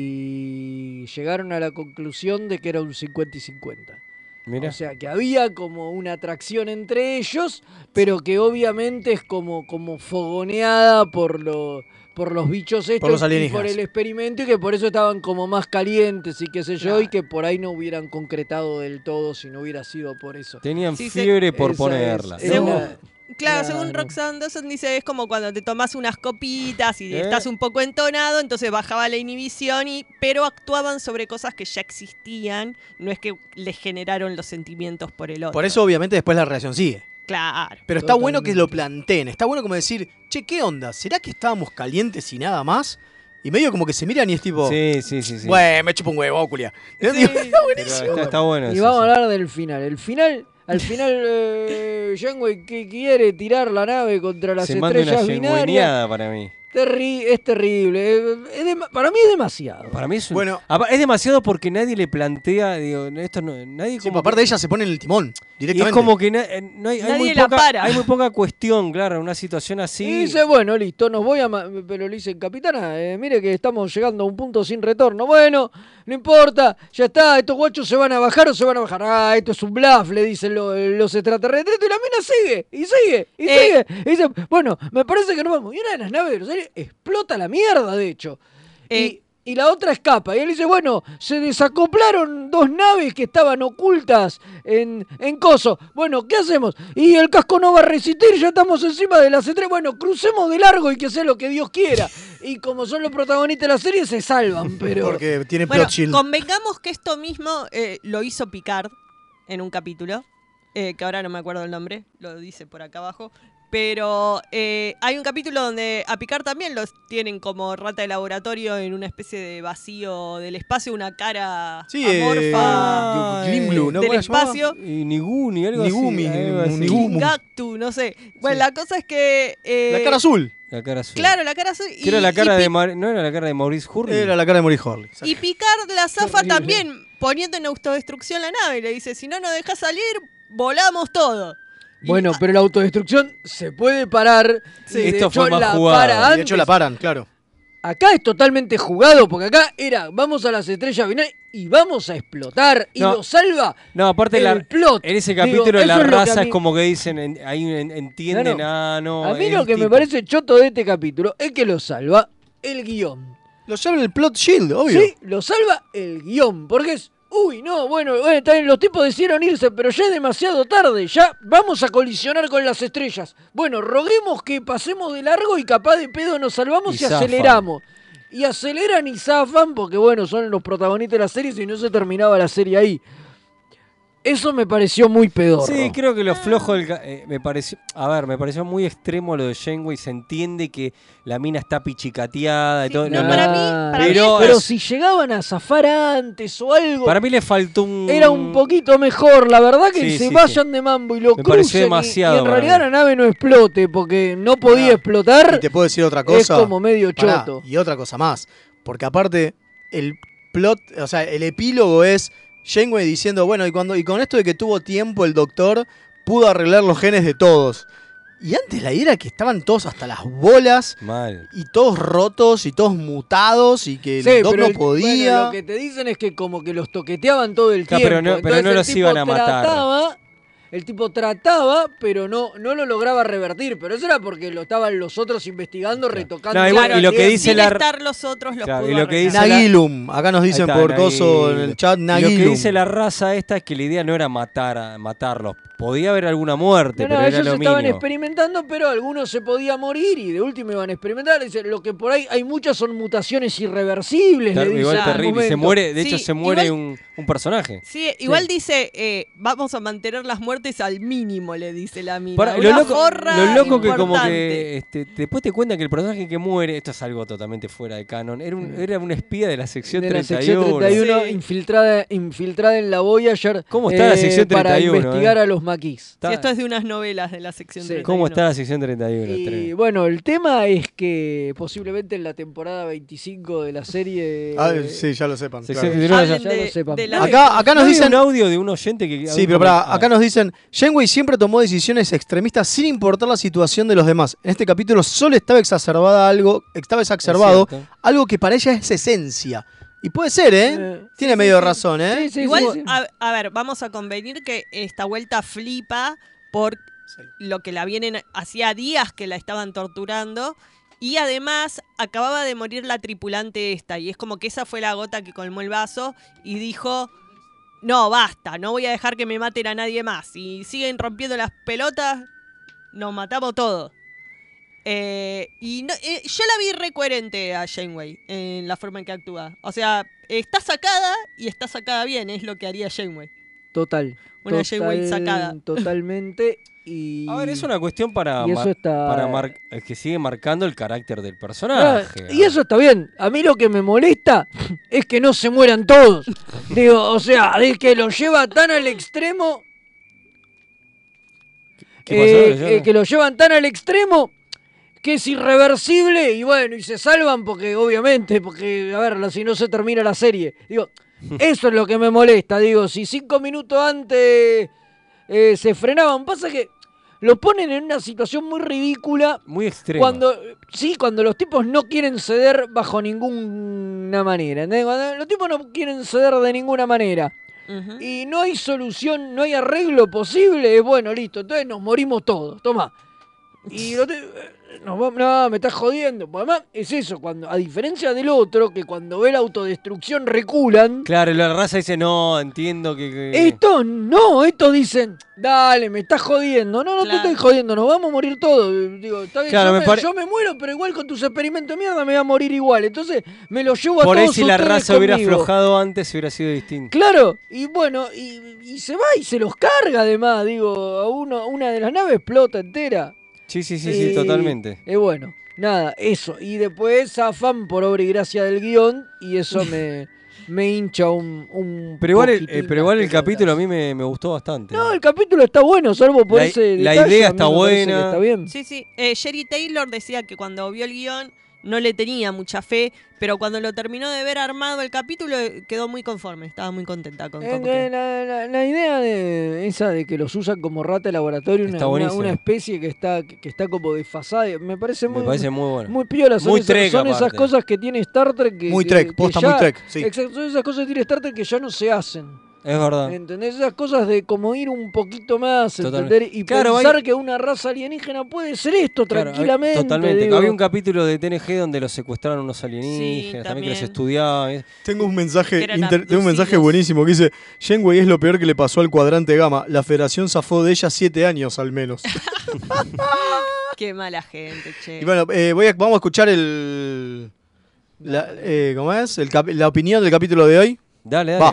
Y llegaron a la conclusión de que era un cincuenta y cincuenta. Mira. O sea, que había como una atracción entre ellos, pero que obviamente es como, como fogoneada por, lo, por los bichos estos los y alienígenas. por el experimento y que por eso estaban como más calientes y qué sé yo, y que por ahí no hubieran concretado del todo si no hubiera sido por eso. Tenían Sí, se- fiebre por Esa ponerla. es- es Según- una- Claro, Claro. según Roxanne Dawson dice, es como cuando te tomas unas copitas y ¿Eh? estás un poco entonado, entonces bajaba la inhibición, y pero actuaban sobre cosas que ya existían, no es que les generaron los sentimientos por el otro. Por eso, obviamente, después la relación sigue. Claro. Pero está bueno que Totalmente. lo planteen. Está bueno como decir, che, ¿qué onda? ¿Será que estábamos calientes y nada más? Y medio como que se miran y es tipo, Sí, sí, sí. sí. bueno, me chupo un huevo, culia. Sí. Digo, Pero está, está bueno Y eso, vamos a sí. hablar del final. El final, al final, eh, Janeway que quiere tirar la nave contra las Se manda una estrellas binarias. yengueñada para mí. Terri- es terrible. eh, es dema- para mí es demasiado. Para mí es un- Bueno. Apa- es demasiado porque nadie le plantea, digo, esto no, nadie Sí, como aparte que- ella se pone en el timón y directamente. es como que na- eh, no hay, hay Nadie muy la poca, para. hay muy poca cuestión, claro, una situación así. Y dice, bueno, listo, nos voy a... ma- Pero le dicen, capitana, eh, mire que estamos llegando a un punto sin retorno. Bueno, no importa, ya está, estos guachos se van a bajar o se van a bajar. Ah, esto es un bluff, le dicen lo- los extraterrestres. Y la mina sigue, y sigue, y Eh. sigue. Y dice, bueno, me parece que no vamos. Y una de las naves de los aliens explota la mierda, de hecho. Eh. Y, y la otra escapa. Y él dice, bueno, se desacoplaron dos naves que estaban ocultas en, en Coso. Bueno, ¿qué hacemos? Y el casco no va a resistir, ya estamos encima de las estrellas. Bueno, crucemos de largo y que sea lo que Dios quiera. Y como son los protagonistas de la serie, se salvan, pero... Porque tiene Bueno, plot shield. convengamos que esto mismo eh, lo hizo Picard en un capítulo, eh, que ahora no me acuerdo el nombre, lo dice por acá abajo. Pero eh, hay un capítulo donde a Picard también los tienen como rata de laboratorio en una especie de vacío del espacio, una cara Sí, eh, amorfa Glim Blue, ¿no? del ¿Cómo se llamaba? espacio. Y Niguni, algo Nigumi, así. algo así. Nigumu. Gactu, no sé. Bueno, la cosa es que... eh, La cara azul. La cara azul. Claro, la cara azul. Que era la y- cara y de Pi- Mar- no era la cara de Maurice Hurley. Era la cara de Maurice Horley. Y Picard la zafa Horrible. también poniendo en autodestrucción la nave. Y le dice, si no nos dejas salir, volamos todo. Y- Bueno, pero la autodestrucción se puede parar. Sí, y de esto hecho fue más la jugado. para Y de antes. hecho la paran, claro. Acá es totalmente jugado, porque acá era, vamos a las estrellas binarias y vamos a explotar. Y No. lo salva No, aparte el la- plot. en ese Digo, capítulo eso la es lo que a raza mí- es como que dicen, en- ahí en- entienden, Claro. ah, no. A mí es lo que me distinto. parece choto de este capítulo es que lo salva el guión. Lo llaman el plot shield, obvio. Sí, lo salva el guión, porque es Uy, no, bueno, bueno, también los tipos decidieron irse, pero ya es demasiado tarde, ya vamos a colisionar con las estrellas. Bueno, roguemos que pasemos de largo y capaz de pedo nos salvamos y, Y zafan. aceleramos. Y aceleran y zafan porque, bueno, son los protagonistas de la serie y no se terminaba la serie ahí. Eso me pareció muy pedorro. Sí, creo que lo flojo del ca- eh, me pareció, a ver, me pareció muy extremo lo de Janeway, se entiende que la mina está pichicateada y todo, No, no, para no, mí, para pero, mí- pero es- si llegaban a zafar antes o algo, para mí le faltó un era un poquito mejor. La verdad que Sí, se sí, vayan de mambo y lo Me pareció crucen y- demasiado y, en para realidad mí. la nave no explote porque no podía explotar. Y te puedo decir otra cosa. Es como medio Pará, choto. y otra cosa más. Porque aparte, el plot, o sea, el epílogo es Janeway diciendo, bueno, y cuando y con esto de que tuvo tiempo el doctor, pudo arreglar los genes de todos. Y antes la idea era que estaban todos hasta las bolas. Mal. Y todos rotos y todos mutados y que Sí, el doc pero no el- podía. bueno, lo que te dicen es que como que los toqueteaban todo el Claro, tiempo. pero no- pero Entonces no el los tipo iban a matar. trataba- el tipo trataba, pero no, no lo lograba revertir. Pero eso era porque lo estaban los otros investigando, retocando. No, igual, y lo que dice Sin la- estar los otros los Claro, pudo y lo que arreglar. dice la- Nagilum, acá nos Ahí dicen está, por coso en Nagilum. el chat, Y lo Nagilum. que dice la raza esta es que la idea no era matar a, matarlos. Podía haber alguna muerte, No, pero no, era ellos lo estaban mínimo. experimentando, pero algunos se podían morir y de último iban a experimentar. Dice, lo que por ahí hay muchas son mutaciones irreversibles. Ter- le dice igual en un terrible. Se momento. muere, de hecho, Sí, se muere igual- un, un personaje. Sí, igual dice, eh, vamos a mantener las muertes al mínimo, le dice la mina. Para- Una lo loco, forra lo loco que como importante. que este, después te cuentan que el personaje que muere, esto es algo totalmente fuera de canon, era un, era un espía de la sección De la treinta y sección uno. treinta y uno, infiltrada, infiltrada en la Voyager. ¿Cómo está la sección Para treinta y uno, investigar eh? a los maquis. Sí, esto es de unas novelas de la sección treinta y uno. ¿Cómo está la sección treinta y uno? Y Tremendo. bueno, el tema es que posiblemente en la temporada veinticinco de la serie. Ah, sí, ya lo sepan. Sección claro. treinta y uno Ya ya- lo sepan. Acá, acá nos ¿No había dicen un audio de un oyente que... Sí, pero pará, acá nos dicen, Janeway siempre tomó decisiones extremistas sin importar la situación de los demás. En este capítulo solo estaba exacerbada algo, estaba exacerbado cierto. algo que para ella es esencia. Y puede ser, ¿eh? Eh, Tiene medio de razón, ¿eh? Igual, A, a ver, vamos a convenir que esta vuelta flipa por lo que la vienen, hacía días que la estaban torturando. Y además acababa de morir la tripulante esta. Y es como que esa fue la gota que colmó el vaso y dijo, no, basta, no voy a dejar que me maten a nadie más. Si siguen rompiendo las pelotas, nos matamos todos. Eh, y no- eh, yo la vi re coherente a Janeway en la forma en que actúa. O sea, está sacada y está sacada bien, es lo que haría Janeway. Total. Una total- Janeway sacada. Totalmente. Y... A ver, es una cuestión para, Y eso mar- está- para mar- eh, que sigue marcando el carácter del Ah, personaje. y eso está bien. A mí lo que me molesta es que no se mueran todos. Digo, o sea, de que lo lleva tan al extremo. ¿Qué pasó, eh, Luciano? eh, que lo llevan tan al extremo que es irreversible y bueno, y se salvan porque obviamente, porque a ver, si no se termina la serie. Digo, eso es lo que me molesta. Digo, si cinco minutos antes eh, se frenaban, pasa que lo ponen en una situación muy ridícula. Muy extrema. Cuando, sí, cuando los tipos no quieren ceder bajo ninguna manera. ¿entendés? Cuando los tipos no quieren ceder de ninguna manera. Y no hay solución, no hay arreglo posible. Es bueno, listo. Entonces nos morimos todos. Toma. Y no, te- nos vamos- no, me estás jodiendo. Pues además es eso, cuando a diferencia del otro, que cuando ve la autodestrucción reculan. Claro, la raza dice, no, entiendo que... que- Estos no, estos dicen, dale, me estás jodiendo. No, no Claro. te estoy jodiendo, nos vamos a morir todos. Digo, está bien, Claro, yo, me me, pare- yo me muero, pero igual con tus experimentos de mierda me voy a morir igual. Entonces me lo llevo a Por ahí todos si la ustedes raza hubiera conmigo. aflojado antes, hubiera sido distinto. Claro, y bueno, y, y se va y se los carga además, digo, a uno, una de las naves explota entera. Sí, sí, sí, Y- sí, totalmente. Es bueno, nada, eso. Y después zafan por obra y gracia del guión y eso me, me hincha un, un Pero igual, el, poquitín eh, pero igual el las pelotas. capítulo a mí me, me gustó bastante. No, el capítulo está bueno, salvo por La- ese la detalle, idea a mí está me parece que buena. Está bien. Sí, sí. Eh, Sherry Taylor decía que cuando vio el guión no le tenía mucha fe, pero cuando lo terminó de ver armado el capítulo eh, quedó muy conforme, estaba muy contenta con Eh, cómo la, quedó. la- la- la idea de esa de que los usan como rata de laboratorio, Está una, una, buenísimo. una especie que está que está como desfasada, me parece muy Me parece muy bueno. muy piola, son, Muy esas, Trek, son esas aparte. cosas que tiene Star Trek que Muy que- Trek, que posta ya- muy Trek, sí. Exacto, son esas cosas que tiene Star Trek que ya no se hacen. Es verdad. ¿Entendés? Esas cosas de como ir un poquito más, Totalmente. ¿entender? Y Claro, pensar hay- que una raza alienígena puede ser esto Claro, tranquilamente. Totalmente. digo. Había un capítulo de T N G donde los secuestraron unos alienígenas, Sí, también que los también. estudiaban. Tengo un mensaje Que eran inter- tengo un mensaje abducidos. buenísimo que dice: Shenwei es lo peor que le pasó al cuadrante Gamma. La Federación zafó de ella siete años al menos. Qué mala gente, che. Y bueno, eh, voy a- vamos a escuchar el. La, eh, ¿Cómo es? El cap- la opinión del capítulo de hoy. Dale, dale. Va,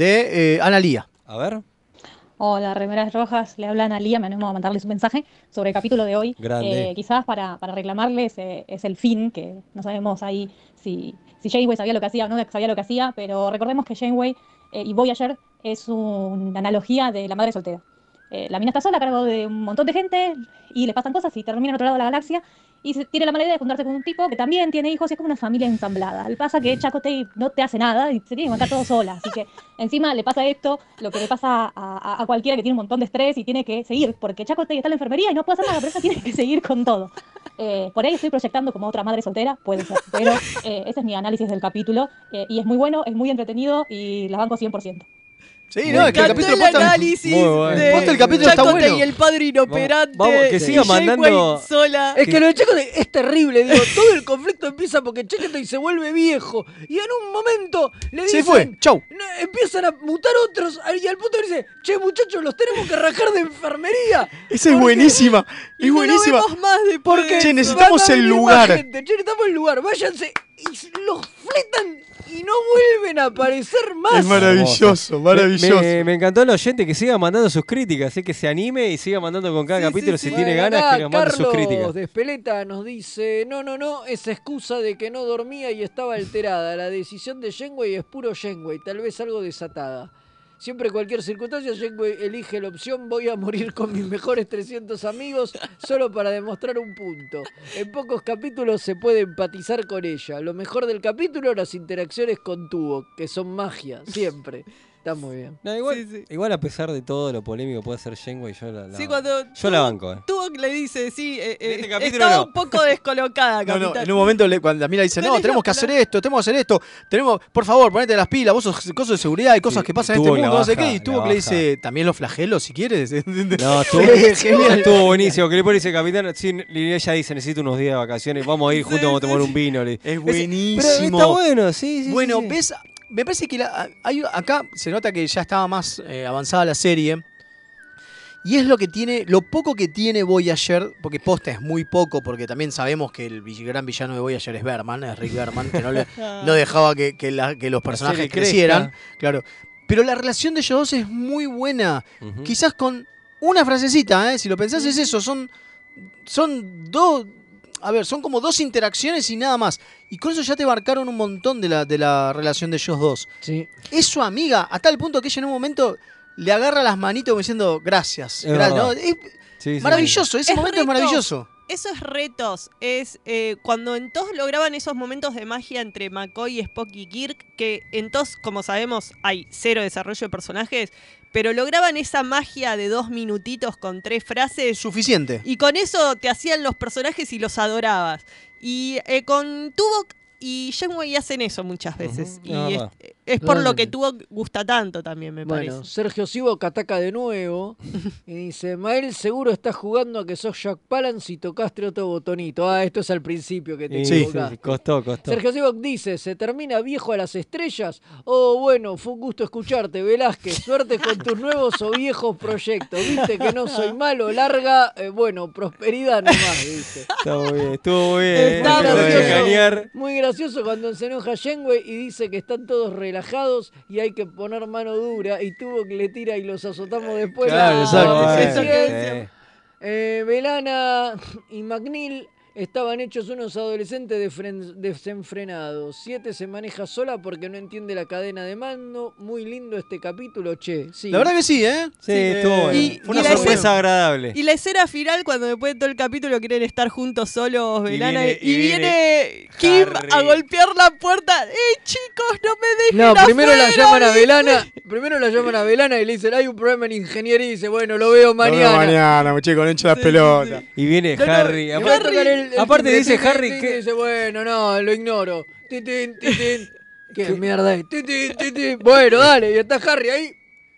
de eh, Analía. A ver. Hola, Remeras Rojas, le habla Analía, me animo a mandarles un mensaje sobre el capítulo de hoy. Grande. Eh, quizás para, para reclamarles eh, es el fin, que no sabemos ahí si, si Janeway sabía lo que hacía o no sabía lo que hacía, pero recordemos que Janeway eh, y Voyager es una analogía de la madre soltera. Eh, la mina está sola a cargo de un montón de gente y le pasan cosas y termina en otro lado de la galaxia y se tiene la mala idea de juntarse con un tipo que también tiene hijos y es como una familia ensamblada. Le pasa que Chakotay no te hace nada y se tiene que matar todo sola. Así que encima le pasa esto, lo que le pasa a, a- a cualquiera que tiene un montón de estrés y tiene que seguir, porque Chakotay está en la enfermería y no puede hacer nada, pero ella tiene que seguir con todo. Eh, por ahí estoy proyectando como otra madre soltera, puede ser, pero eh, ese es mi análisis del capítulo eh, y es muy bueno, es muy entretenido y la banco cien por ciento. Sí, Me no, es que el encantó capítulo el posta- análisis Muy bueno. de Posta el capítulo está Chakotay bueno. y el padre inoperante. Vamos, vamos, que y siga Janeway mandando- sola. Es que lo de Chakotay es terrible, digo, todo el conflicto empieza porque Chakotay se vuelve viejo y en un momento le Se dicen, fue, chau. no, empiezan a mutar otros y al punto dice, che muchachos, los tenemos que rajar de enfermería. Esa es Porque- buenísima. Es Y no lo buenísima. vemos más después Porque de Che, eso. necesitamos van a el venir lugar. más gente, che, necesitamos el lugar, váyanse y los fletan y no vuelven a aparecer más. Es maravilloso, Me, maravilloso. me- me encantó el oyente que siga mandando sus críticas, así que se anime y siga mandando con cada Sí, capítulo sí, si sí. tiene Bueno, ganas acá que nos mande sus Carlos críticas. de Espeleta nos dice, no, no, no, esa excusa de que no dormía y estaba alterada. La decisión de Janeway es puro Janeway, tal vez algo desatada. Siempre cualquier circunstancia, Janeway elige la opción voy a morir con mis mejores trescientos amigos solo para demostrar un punto. En pocos capítulos se puede empatizar con ella. Lo mejor del capítulo, las interacciones con Tuvok, que son magia, siempre. Está muy bien. No, igual, Sí, sí. igual a pesar de todo lo polémico puede ser Janeway, yo la, la- Sí, cuando yo la banco. Eh. Tuvok le dice, sí, eh, eh, este capítulo estaba no. un poco descolocada, No, no, capitán. en un momento le- cuando la mira dice, no, Tenés tenemos la- que hacer esto, tenemos que hacer esto, tenemos, por favor, ponete las pilas, vos sos cosas de seguridad y cosas Sí, que pasan y en este tuvo la mundo, no sé baja, qué, y la tuvo que le baja. dice, también los flagelos si quieres. No, estuvo, Sí, genial. estuvo buenísimo. Que le pone ese capitán, sí, y ella dice, necesito unos días de vacaciones, vamos a ir juntos, vamos a tomar un vino. le- Es Ese- buenísimo. Pero está bueno, sí, sí. Bueno, sí, sí. ves, me parece que la- hay, acá se nota que ya estaba más eh, avanzada la serie. Y es lo que tiene, lo poco que tiene Voyager, porque posta es muy poco, porque también sabemos que el vill- gran villano de Voyager es Berman, es Rick Berman, que no, le- no dejaba que, que la- que los personajes serie crecieran. crezca. Claro. Pero la relación de ellos dos es muy buena. Ujú. Quizás con una frasecita, ¿eh? Si lo pensás es eso, son, son dos, a ver, son como dos interacciones y nada más. Y con eso ya te marcaron un montón de la, de la relación de ellos dos. Sí. Es su amiga, a tal punto que ella en un momento le agarra las manitos como diciendo gracias. Es gracias", verdad. ¿no? Es Sí, sí, maravilloso, ese Es momento es retos. maravilloso. Eso es retos, es eh, cuando en todos lograban esos momentos de magia entre McCoy, Spock y Kirk, que en todos, como sabemos, hay cero desarrollo de personajes, pero lograban esa magia de dos minutitos con tres frases. Suficiente. Y con eso te hacían los personajes y los adorabas. Y eh, con Tuvok y Janeway hacen eso muchas veces. Ujú, y es es, verdad. es por lo Totalmente. que Tuvok gusta tanto también, me Bueno, parece. Sergio Sivok ataca de nuevo y dice, Mael seguro está jugando a que sos Jack Palance y tocaste otro botonito. Ah, esto es al principio que te Sí, sí, equivocaste. sí, costó, costó. Sergio Sivok dice, ¿se termina viejo a las estrellas? Oh, bueno, fue un gusto escucharte, Velázquez. Suerte con tus nuevos o viejos proyectos. Viste que no soy malo, larga, eh, bueno, prosperidad nomás, dice. Está muy bien, estuvo muy bien. eh. Está Empezó a gracioso, chicanear. muy gracioso cuando se enoja Janeway y dice que están todos relajados y hay que poner mano dura y tuvo que le tira y los azotamos después. Claro, Ah, exacto, bueno, sí, eso sí, que sí. decíamos. Eh, Belana y McNeil estaban hechos unos adolescentes defren- desenfrenados. Siete se maneja sola porque no entiende la cadena de mando. Muy lindo este capítulo, che. Sí. La verdad que sí, ¿eh? Sí, estuvo bueno. Y- Fue y una la sorpresa escena- agradable. Y la escena final, cuando después de todo el capítulo quieren estar juntos solos, Y Belana, viene- y, y viene Kim Harry. a golpear la puerta. ¡Eh, chicos, no me dejen No, primero la afuera!", llaman a dice. Belana, primero la llaman a Belana y le dicen, hay un problema en ingeniería y dice, bueno, lo veo Lo veo mañana. mañana, muchachos, no echa las pelotas. Y viene No, no, Harry. y aparte- va a tocar el- el aparte timbre, dice tin, tin, Harry tin, que... dice, bueno, no, lo ignoro. Tin, tin, tin, tin. ¿Qué mierda es? Tin, tin, tin, tin. Bueno, dale, y está Harry ahí.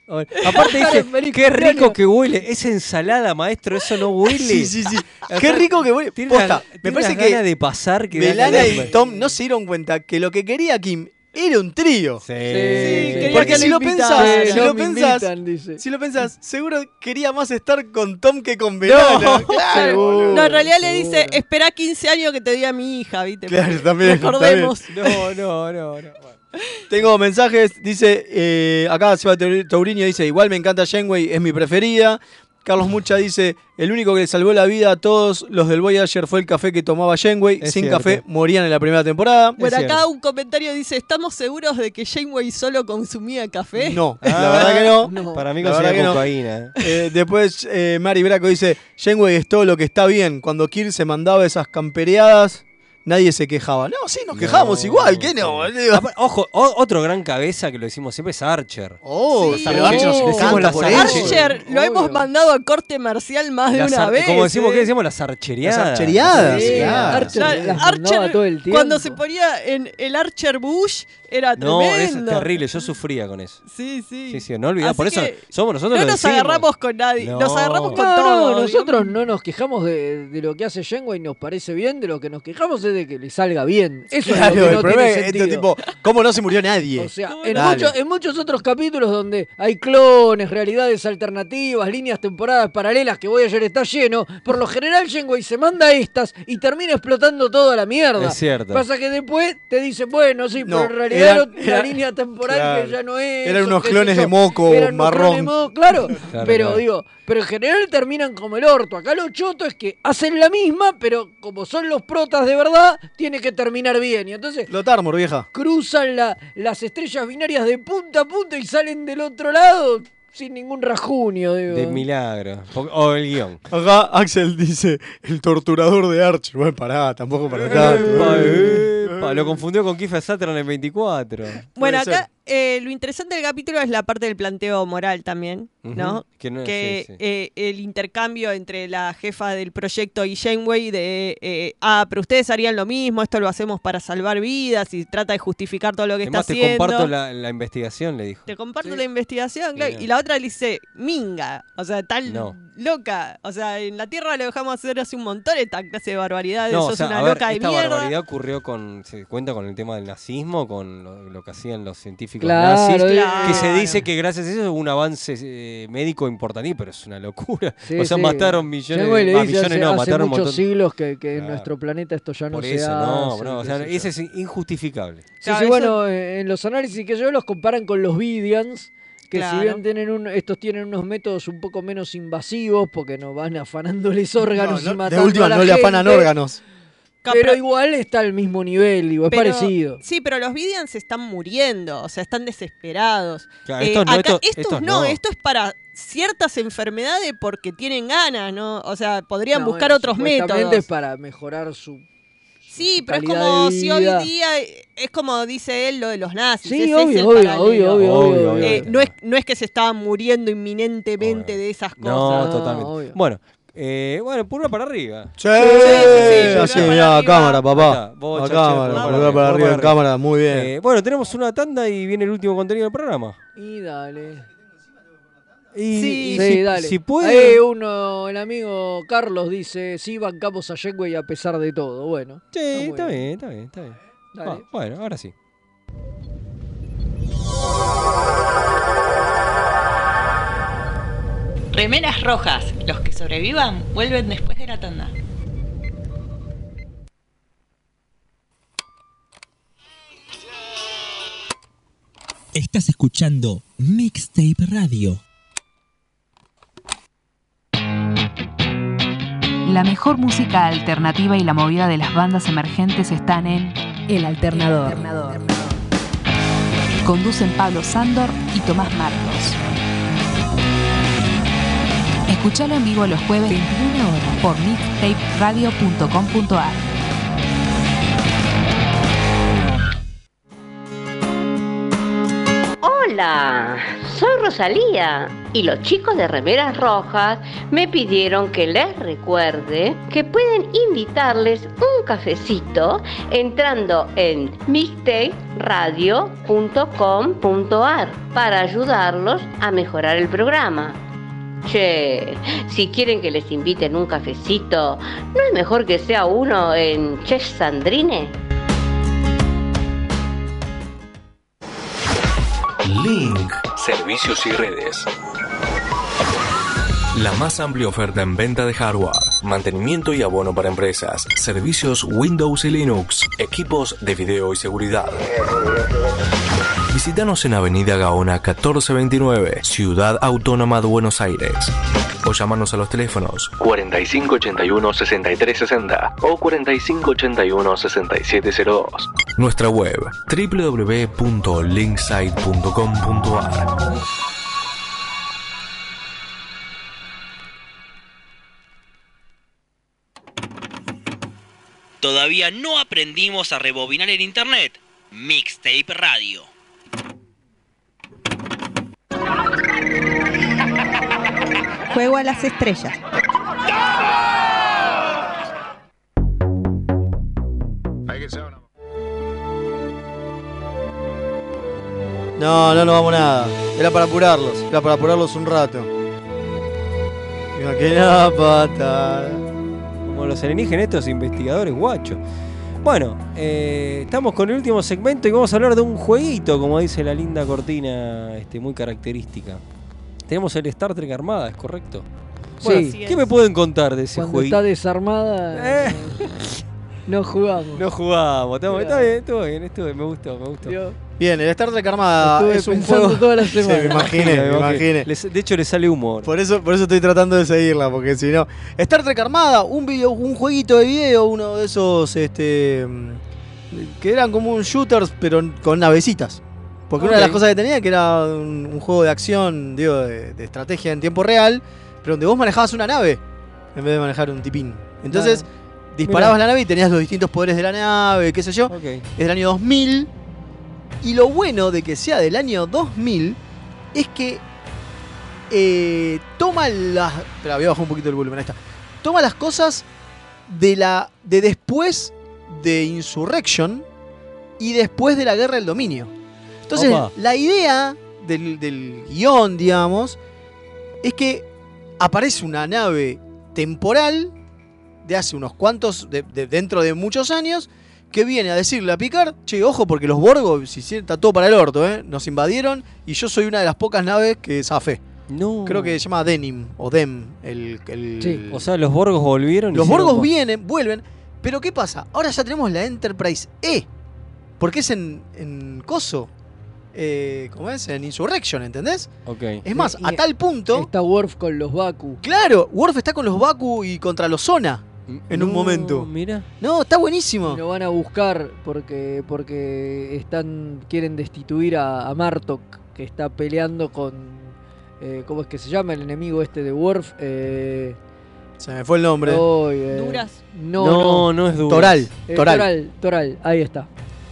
Aparte dice, qué rico que huele. Esa ensalada, maestro, eso no huele. Sí, sí, sí. Qué rico que huele. Tiene Posta, una- me tiene parece unas que ganas de pasar que da Belana ganas y de- Tom no se dieron cuenta que lo que quería Kim era un trío. Sí, quería Porque que si lo lo invitara. pensás, si No lo me pensás, invitan, dice. si lo pensás, seguro quería más estar con Tom que con Belana. Claro, seguro. No, en realidad le seguro. dice, espera quince años que te diga mi hija, ¿viste? Claro, también, Recordemos. No, no, no, no. Tengo mensajes, dice, eh, acá Seba Tauriño dice, igual me encanta Janeway, es mi preferida. Carlos Mucha dice, el único que le salvó la vida a todos los del Voyager fue el café que tomaba Janeway. Es Sin cierto. café morían en la primera temporada. Bueno, Es acá cierto. un comentario dice, ¿estamos seguros de que Janeway solo consumía café? No, la verdad que no. No. Para mí La verdad conseguía que no. cocaína. Eh, después eh, Mari Braco dice, Janeway es todo lo que está bien. Cuando Kirk se mandaba esas campereadas, nadie se quejaba. No, sí, nos quejamos No, igual, ¿qué no? boludo? Apa- Ojo, o- otro gran cabeza que lo decimos siempre es Archer. Oh, Sí. pero Archer nos Decimos encanta las por Archer. eso. Archer, lo Obvio. hemos mandado a corte marcial más de Las una ar- vez. como decimos, ¿eh? ¿qué decimos? Las archeriadas. Las archeriadas, Sí, claro. Archer Claro, las mandaba Archer, todo el tiempo. cuando se ponía en el Archer Bush, era No, eso es tremendo. terrible. Yo sufría con eso. Sí, sí. Sí, sí, no olvidamos. Así Por eso que somos nosotros no lo nos decimos. agarramos con nadie, No. nos agarramos con No, todo. nosotros digamos. no nos quejamos de, de lo que hace Janeway, nos parece bien, de lo que nos quejamos es de que le salga bien. Eso Claro, es lo que el no problema tiene es sentido. este tipo, ¿cómo no se murió nadie? O sea, en, Dale. muchos- en muchos otros capítulos donde hay clones, realidades alternativas, líneas temporales paralelas que Voyager está lleno, por lo general Janeway se manda estas y termina explotando todo a la mierda. Es cierto. Pasa que después te dice, bueno, sí, No, pero en realidad eran- la era- línea temporal claro. que ya no es. Eran o unos qué sé clones yo. de moco Eran unos marrón. clones de moco, claro, Claro, pero claro. digo, pero en general terminan como el orto. Acá lo choto es que hacen la misma, pero como son los protas de verdad, tiene que terminar bien. Y entonces Lotarmor, vieja. cruzan la- las estrellas binarias de punta a punta y salen del otro lado sin ningún rajunio, digo. De milagro. O, o el guión. Acá Axel dice, el torturador de Archer. Bueno, pará, tampoco para tanto. Epa, eh. epa, lo confundió con Kiefer Sutherland en el veinticuatro. Bueno, Puede acá eh, lo interesante del capítulo es la parte del planteo moral también, ¿no? Ujú, que no- que sí, sí. eh, el intercambio entre la jefa del proyecto y Janeway de, eh, ah, pero ustedes harían lo mismo, esto lo hacemos para salvar vidas y trata de justificar todo lo que Además, está te haciendo. comparto la, la investigación, le dijo. Te comparto la investigación, claro, Bien. y la otra le dice, minga, o sea, tal No. loca, o sea, en la Tierra lo dejamos hacer hace un montón esta clase de barbaridades, No, sos o sea, una a ver, loca de esta mierda. barbaridad ocurrió con, se cuenta con el tema del nazismo, con lo, lo que hacían los científicos Claro, nazis, claro. que se dice que gracias a eso hubo un avance eh, médico importante, pero es una locura. Sí, o sea, sí. mataron millones, Janeway le más dice millones hace, no, hace mataron un muchos montón. siglos que, que en Claro. nuestro planeta esto ya no Por se eso, hace. no, no, o qué sea, sé yo. ese es injustificable. Sí, Claro, sí, eso- bueno, eh, en los análisis que yo los comparan con los Vidians, que Claro. si bien tienen un, estos tienen unos métodos un poco menos invasivos, porque no van afanándoles órganos No, y no, matando de última a la no le afanan gente, órganos. Pero igual está al mismo nivel, digo, es Pero- parecido. Sí, pero los Vidians están muriendo, o sea, están desesperados. Claro, estos no, acá- estos- estos estos no, no. esto es para ciertas enfermedades porque tienen ganas, ¿no? O sea, podrían No, buscar bueno, otros supuestamente métodos. es para mejorar su... Sí, pero es calidad como de si hoy vida. día eh, es como dice él lo de los nazis. Sí, ese obvio, es el obvio, paralelo. obvio, obvio, obvio, obvio. Eh, no, es, no es que se estaban muriendo inminentemente de esas cosas. No, No, totalmente. obvio. Bueno, eh, bueno, pulgar para arriba. Sí, sí, sí, así, pulgar mirá, para a arriba. cámara, papá. Acá, vos, A Chache, cámara, pulgar para pulgar arriba, para arriba, en pulgar cámara, muy bien. Eh, bueno, tenemos una tanda y viene el último contenido del programa. Y dale. Y, Sí, y Sí, si, dale. si puede. Ahí uno, el amigo Carlos dice, sí, bancamos a Janeway a pesar de todo. Bueno. Sí, muy está bien, está bien, está bien. Dale. Ah, bueno, ahora sí. Remeras rojas. Los que sobrevivan vuelven después de la tanda. Estás escuchando Mixtape Radio. La mejor música alternativa y la movida de las bandas emergentes están en El Alternador. Conducen Pablo Sándor y Tomás Marcos. Escuchalo en vivo los jueves veintiuna horas por mixtape radio punto com punto a r. Hola, soy Rosalía y los chicos de Remeras Rojas me pidieron que les recuerde que pueden invitarles un cafecito entrando en mixtape radio punto com punto a r para ayudarlos a mejorar el programa. Che, si quieren que les inviten un cafecito, ¿no es mejor que sea uno en Chef Sandrine? Link. Servicios y redes. La más amplia oferta en venta de hardware, mantenimiento y abono para empresas, servicios Windows y Linux, equipos de video y seguridad. Visítanos en Avenida Gaona catorce veintinueve, Ciudad Autónoma de Buenos Aires. O llámanos a los teléfonos cuarenta y cinco ochenta y uno sesenta y tres sesenta o cuarenta y cinco ochenta y uno sesenta y siete cero dos. Nuestra web doble u doble u doble u punto linksite punto com punto a r. Todavía no aprendimos a rebobinar en internet. Mixtape Radio. Juego a las estrellas. No, no nos vamos nada. Era para apurarlos. Era para apurarlos un rato. Que nada, pata. Como los alienígenas, estos investigadores guachos. Bueno, eh, estamos con el último segmento y vamos a hablar de un jueguito, como dice la linda cortina, este, muy característica. Tenemos el Star Trek Armada, ¿es correcto? Sí. Bueno, ¿qué me pueden contar de ese Cuando jueguito? está desarmada, Eh. no jugamos. No jugamos, está, Claro. está bien, estuvo bien, estuvo bien, me gustó, me gustó. Yo- Bien, el Star Trek Armada Estuve es un pensando juego... toda la Sí, semana. me imaginé, me imaginé. Les- de hecho, le sale humor. Por eso, por eso estoy tratando de seguirla, porque si no... Star Trek Armada, un video, un jueguito de video, uno de esos, este... que eran como un shooters, pero con navecitas. Porque una de las Ok. cosas que tenía que era un, un juego de acción, digo, de, de estrategia en tiempo real, pero donde vos manejabas una nave en vez de manejar un tipín. Entonces, Ah, disparabas mirá. la nave y tenías los distintos poderes de la nave, qué sé yo. Ok. Es del año dos mil. Y lo bueno de que sea del año dos mil es que eh, toma las... Espera, voy a bajar un poquito el volumen, ahí está. Toma las cosas de la de después de Insurrection y después de la Guerra del Dominio. Entonces, Opa. la idea del, del guión, digamos, es que aparece una nave temporal de hace unos cuantos, de, de- dentro de muchos años, que viene a decirle a Picard, che, ojo, porque los Borgos, si si- está todo para el orto, ¿eh? Nos invadieron y yo soy una de las pocas naves que zafé. No. Creo que se llama Denim, o Dem, el... el- Sí, o sea, los Borgos volvieron. y los hicieron Borgos co- vienen, vuelven, pero ¿qué pasa? Ahora ya tenemos la Enterprise E, porque es en, en Coso, eh, ¿cómo es? En Insurrection, ¿entendés? Ok. Es más, Y- a tal punto... Está Worf con los Baku. Claro, Worf está con los Baku y contra los Zona en un No, momento. Mira. No, está buenísimo. Lo van a buscar porque porque están quieren destituir a, a Martok, que está peleando con eh, ¿cómo es que se llama el enemigo este de Worf? Eh, Se me fue el nombre. oh, eh, Duras. No, No, no, no es Duras. Toral, Eh, Toral. Toral, Toral, ahí está.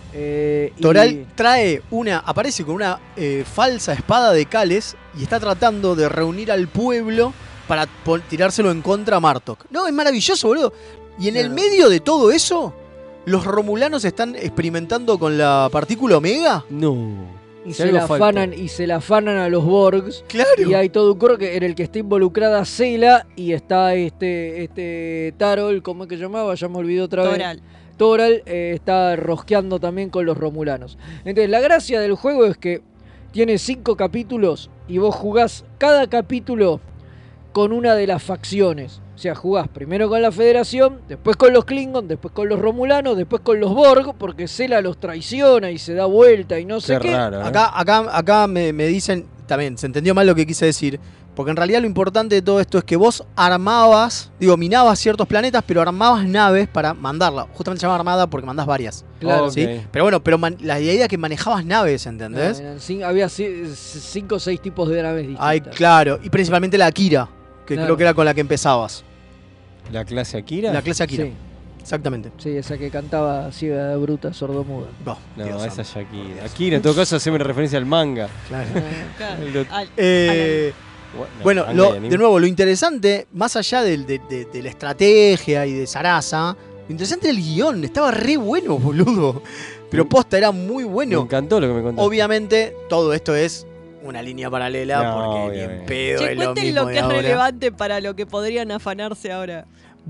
Eh, y- Toral trae una, aparece con una eh, falsa espada de Cales y está tratando de reunir al pueblo para pon- tirárselo en contra a Martok. No, es maravilloso, boludo. Y en el Claro. medio de todo eso, los romulanos están experimentando con la partícula Omega. No. y Si se algo la falta. afanan y se la afanan a los Borgs. Claro. Y hay todo un coro que, en el que está involucrada Cela y está este este Tarol, ¿cómo es que llamaba? Ya me olvidé otra vez. Toral. Toral eh, está rosqueando también con los romulanos. Entonces, la gracia del juego es que tiene cinco capítulos y vos jugás cada capítulo con una de las facciones. O sea, jugás primero con la Federación, después con los Klingon, después con los Romulanos, después con los Borg, porque Cela los traiciona y se da vuelta y no sé Qué qué. raro, ¿no? Acá, acá, acá me, me dicen, también, se entendió mal lo que quise decir, porque en realidad lo importante de todo esto es que vos armabas, digo, minabas ciertos planetas, pero armabas naves para mandarla. Justamente se llama armada porque mandás varias. Claro. ¿sí? Ok. Pero bueno, pero man- la idea es que manejabas naves, No, ¿entendés? eran cin- había ci- cinco o seis tipos de naves distintas. Ay, claro, y principalmente la Akira, que Claro. creo que era con la que empezabas. ¿La clase Akira? La clase Akira. Sí. Exactamente. Sí, esa que cantaba ciega, bruta, sordomuda. No, No, Dios esa santo. es Shakira. Shakira, en todo caso, haceme referencia al manga. Claro. Lo- Al- Eh, Bueno, bueno, manga lo- y anime. de nuevo, lo interesante, más allá del- de, de- de la estrategia y de Sarasa, lo interesante era el guión. Estaba re bueno, boludo. Pero posta, era muy Me bueno. encantó lo que me contaste. Obviamente, todo esto es una línea paralela No, porque ni en obviamente. pedo Che, es lo cuenten mismo lo de que es ahora. relevante para lo que podrían afanarse ahora.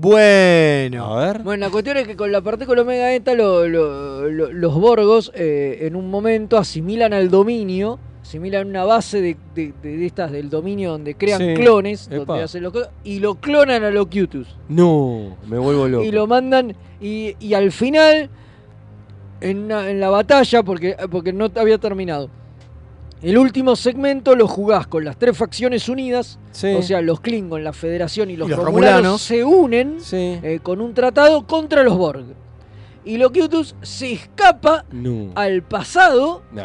Bueno. A ver. Bueno, la cuestión es que con la partícula omega eta lo- lo- lo- los Borgos eh, en un momento asimilan al dominio, asimilan una base de, de- de- de estas del dominio donde crean Sí. clones, Epa. donde hacen los clones, y lo clonan a Locutus. No, me vuelvo loco. Y lo mandan, y, y al final, en, una- en la batalla, porque, porque no había terminado, el último segmento lo jugás con las tres facciones unidas, Sí. o sea, los Klingon, la Federación y los, Y los Romulanos, Romulanos. se unen Sí. eh, con un tratado contra los Borg. Y Locutus se escapa No. al pasado No.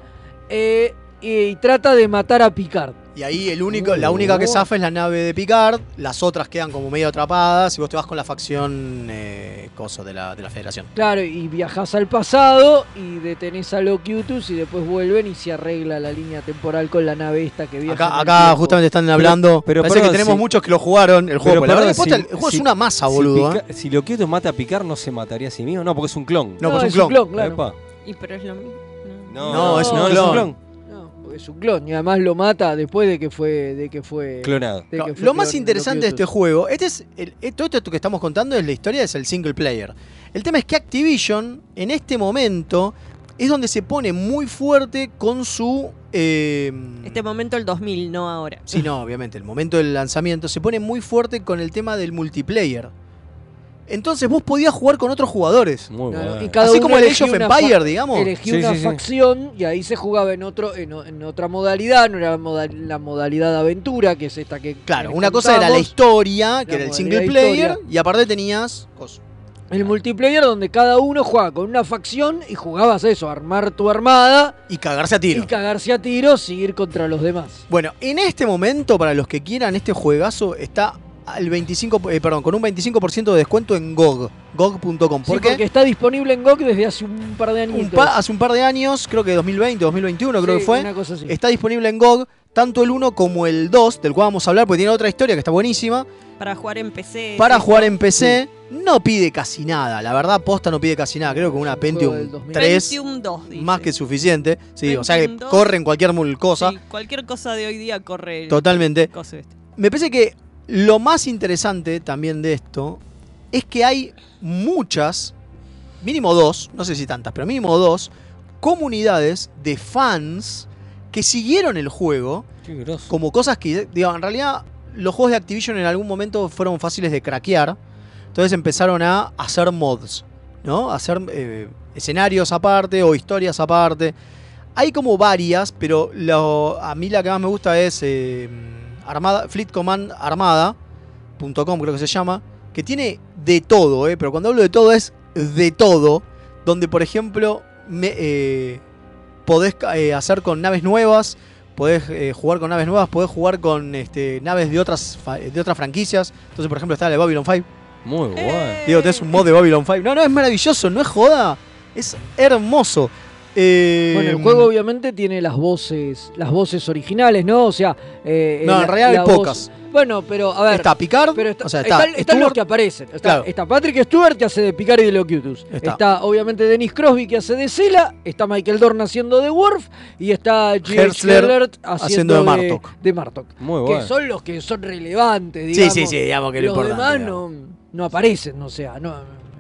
eh, y, y trata de matar a Picard. Y ahí el único, la Uh. única que zafa es la nave de Picard, las otras quedan como medio atrapadas y vos te vas con la facción eh, coso de la, de la Federación. Claro, y viajás al pasado y detenés a Locutus y después vuelven y se arregla la línea temporal con la nave esta que viaja. en Acá, el acá tiempo. justamente están hablando. pero Parece perdón, que tenemos si- muchos que lo jugaron el juego. Pero pero la verdad perdón, que posta, si- el juego si- es una masa, si boludo. Pica- ¿eh? Si Loquito mata a Picar, ¿no se mataría a sí mismo? No, porque es un clon. No, No, pues es un un clon. clon, claro. Epa. Y pero es lo mismo. No, No, es un no, clon. No, porque es un clon y además lo mata después de que fue de que fue Clonado. de No, que fue lo más clon- interesante de este Locutus. juego, este es el, eh, todo esto que estamos contando es la historia, es el single player. El tema es que Activision, en este momento, es donde se pone muy fuerte con su... eh, Este momento el dos mil, no ahora. sí, no, obviamente, el momento del lanzamiento, se pone muy fuerte con el tema del multiplayer. Entonces vos podías jugar con otros jugadores. Muy Claro, bueno. y cada Así uno como el Age elegía of una Empire, fa- digamos. Elegí Sí, una sí, sí. facción y ahí se jugaba en otro en, o- en otra modalidad, no era la, moda- la modalidad aventura, que es esta que Claro, que una cosa era la contamos. historia, que La era el modalidad single player, historia. y aparte tenías... cosas. El multiplayer donde cada uno jugaba con una facción y jugabas eso, armar tu armada Y cagarse a tiro. y cagarse a tiros y ir contra los demás. Bueno, en este momento, para los que quieran, este juegazo está al veinticinco, eh, perdón, con un veinticinco por ciento de descuento en G O G, G O G punto com. Sí, ¿Por qué? porque está disponible en G O G desde hace un par de años. Un pa- hace un par de años, creo que dos mil veinte, dos mil veintiuno creo que fue, Una cosa así. está disponible en G O G, tanto el uno como el dos, del cual vamos a hablar, porque tiene otra historia que está buenísima. Para jugar en P C. Para sí, jugar sí. en P C, no pide casi nada. La verdad, posta no pide casi nada. Creo que una del Pentium dos mil. tres, Pentium dos, dice. más que suficiente. Sí, o sea que Pentium dos. corre en cualquier mul- cosa. Sí, cualquier cosa de hoy día corre. el Totalmente. coso este. Me parece que lo más interesante también de esto es que hay muchas, mínimo dos, no sé si tantas, pero mínimo dos, comunidades de fans que siguieron el juego Qué grosso. como cosas que, digo, en realidad los juegos de Activision en algún momento fueron fáciles de craquear, entonces empezaron a hacer mods, ¿no? A hacer eh, escenarios aparte o historias aparte. Hay como varias, pero lo- a mí la que más me gusta es eh, Armada, Fleet Command Armada punto com, creo que se llama, que tiene de todo, ¿eh? Pero cuando hablo de todo es de todo, donde por ejemplo me, eh, podés eh, hacer con naves nuevas, podés eh, jugar con naves nuevas, podés jugar con este, naves de otras fa- de otras franquicias. Entonces, por ejemplo, está la de Babylon cinco. Muy bueno. Digo, tenés un mod de Babylon cinco. No, no, es maravilloso, no es joda. Es hermoso. Eh, Bueno, el juego obviamente tiene las voces, las voces originales, ¿no? O sea, eh, No, la- en realidad hay la voz- pocas. Bueno, pero a ver. Está Picard, pero está- o sea, están, está están los Stewart. que aparecen. Está, Claro. está Patrick Stewart que hace de Picard y de Locutus. Está. Está, obviamente Dennis Crosby que hace de Zela. Está Michael Dorn haciendo de Worf. Y está G H Hertzler Hellert haciendo haciendo de de Martok. de Martok. Muy Que bueno. son los que son relevantes, Sí, digamos. sí, sí, digamos que lo Los importante, demás digamos. no, no aparecen, o sea, no,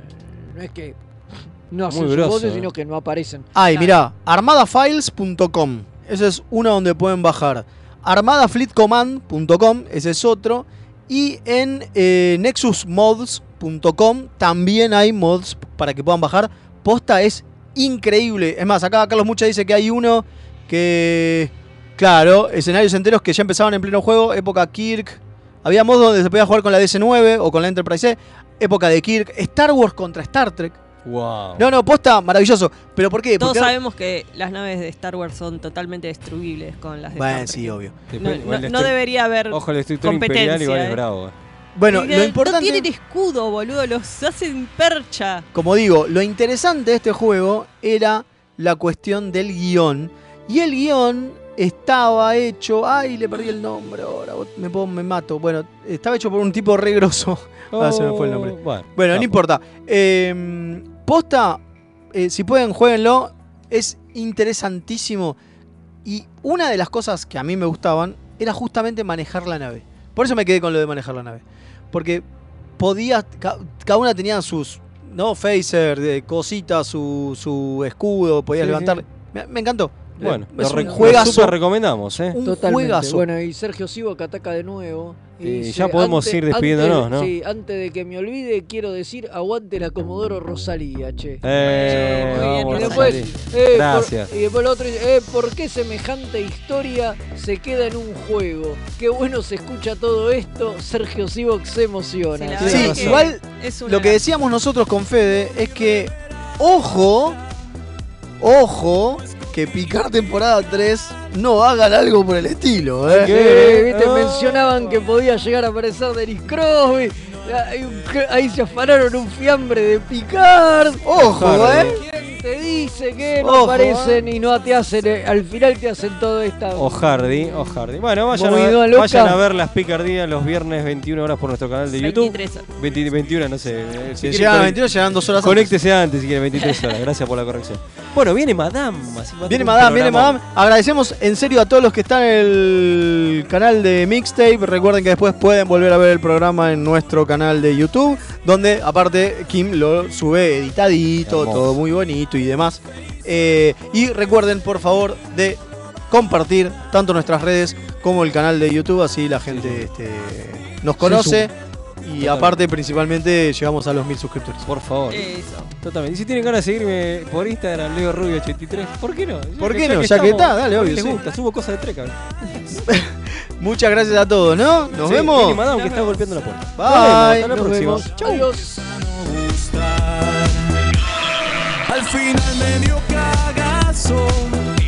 no es que no hacen Muy sus grosso, voces, eh. sino que no aparecen. Ay, mirá, armada files punto com. Ese es uno donde pueden bajar. armada fleet command punto com, ese es otro. Y en eh, nexus mods punto com también hay mods para que puedan bajar. Posta es increíble. Es más, acá Carlos Mucha dice que hay uno que... Claro, escenarios enteros que ya empezaban en pleno juego, época Kirk. Había mods donde se podía jugar con la D S nueve o con la Enterprise C. Época de Kirk. Star Wars contra Star Trek. Wow. No, no, posta, maravilloso. ¿Pero por qué? Todos Porque... sabemos que las naves de Star Wars son totalmente destruibles con las de Bueno, Star Trek. sí, obvio. No, Después, igual no- el no destruc- debería haber Ojo, el destructor imperial competencia, igual eh. es bravo. eh. Bueno, Y lo no- importante... No tienen escudo, boludo, los hacen percha. Como digo, lo interesante de este juego era la cuestión del guión. Y el guión estaba hecho... Ay, le perdí el nombre ahora, me, puedo, me mato. Bueno, estaba hecho por un tipo re grosso. Ah, se me fue el nombre. Oh, bueno, Bueno, capo. no importa. Eh, posta, eh, si pueden, jueguenlo. Es interesantísimo. Y una de las cosas que a mí me gustaban era justamente manejar la nave. Por eso me quedé con lo de manejar la nave. Porque podías, ca- cada una tenía sus, ¿no? Phaser, de cositas, su, su escudo, podías Sí, levantar. sí. Me, me encantó. Bueno, es lo, re- un lo juegazo. super recomendamos, ¿eh? Un Totalmente. juegazo. Bueno, y Sergio Sivo que ataca de nuevo. Y Y dice, ya podemos antes- ir despidiéndonos, antes- ¿no? Sí, antes de que me olvide, quiero decir, aguante la Comodoro Rosalía, che. Eh, Muy bien, vamos, y después, Rosalía. eh, por- Gracias. y después el otro dice, eh, ¿por qué semejante historia se queda en un juego? Qué bueno se escucha todo esto. Sergio Sivo se emociona. Sí, la Sí, verdad que igual es una lo que decíamos nosotros con Fede es que, ojo, ojo, que Picar temporada tres no hagan algo por el estilo, ¿eh? Eh, ¿viste? Mencionaban que podía llegar a aparecer Dennis Crosby. Ahí, ahí se afanaron un fiambre de Picard. Ojo, ¿eh? ¿Quién te dice que no Ojo, aparecen y no te hacen, eh, al final te hacen todo esta... O Hardy, o Hardy. Bueno, vayan a, Movida ver, loca. vayan a ver las picardías los viernes veintiuna horas por nuestro canal de YouTube. veintitrés. veinte, veintiuna, no sé. eh, Si quieren llegan a conect- veintiuno, llegan dos horas antes. Conéctese antes si quiere, veintitrés horas. Gracias por la corrección. Bueno, viene Madame. así va a Viene tener un Madame, viene programón. Madame. Agradecemos en serio a todos los que están en el canal de Mixtape. Recuerden que después pueden volver a ver el programa en nuestro canal de YouTube, donde aparte Kim lo sube editadito, Hermoso. todo muy bonito y demás. Eh, y recuerden, por favor, de compartir tanto nuestras redes como el canal de YouTube, así la gente este, nos conoce. Y Totalmente. aparte, principalmente, llegamos a los mil suscriptores. Por favor. Eso. Totalmente. Y si tienen ganas de seguirme por Instagram, Leo Rubio ochenta y tres, ¿por qué no? Ya ¿Por que- qué no? Ya que estamos, está, dale, porque obvio, les sí. gusta, subo cosas de Trek. cabrón. Muchas gracias a todos, ¿no? Nos Sí, vemos. viene Madame que está golpeando la puerta. Bye. Nos vemos, hasta la Nos próxima. vemos. Chau. Adiós. Al final me dio cagazo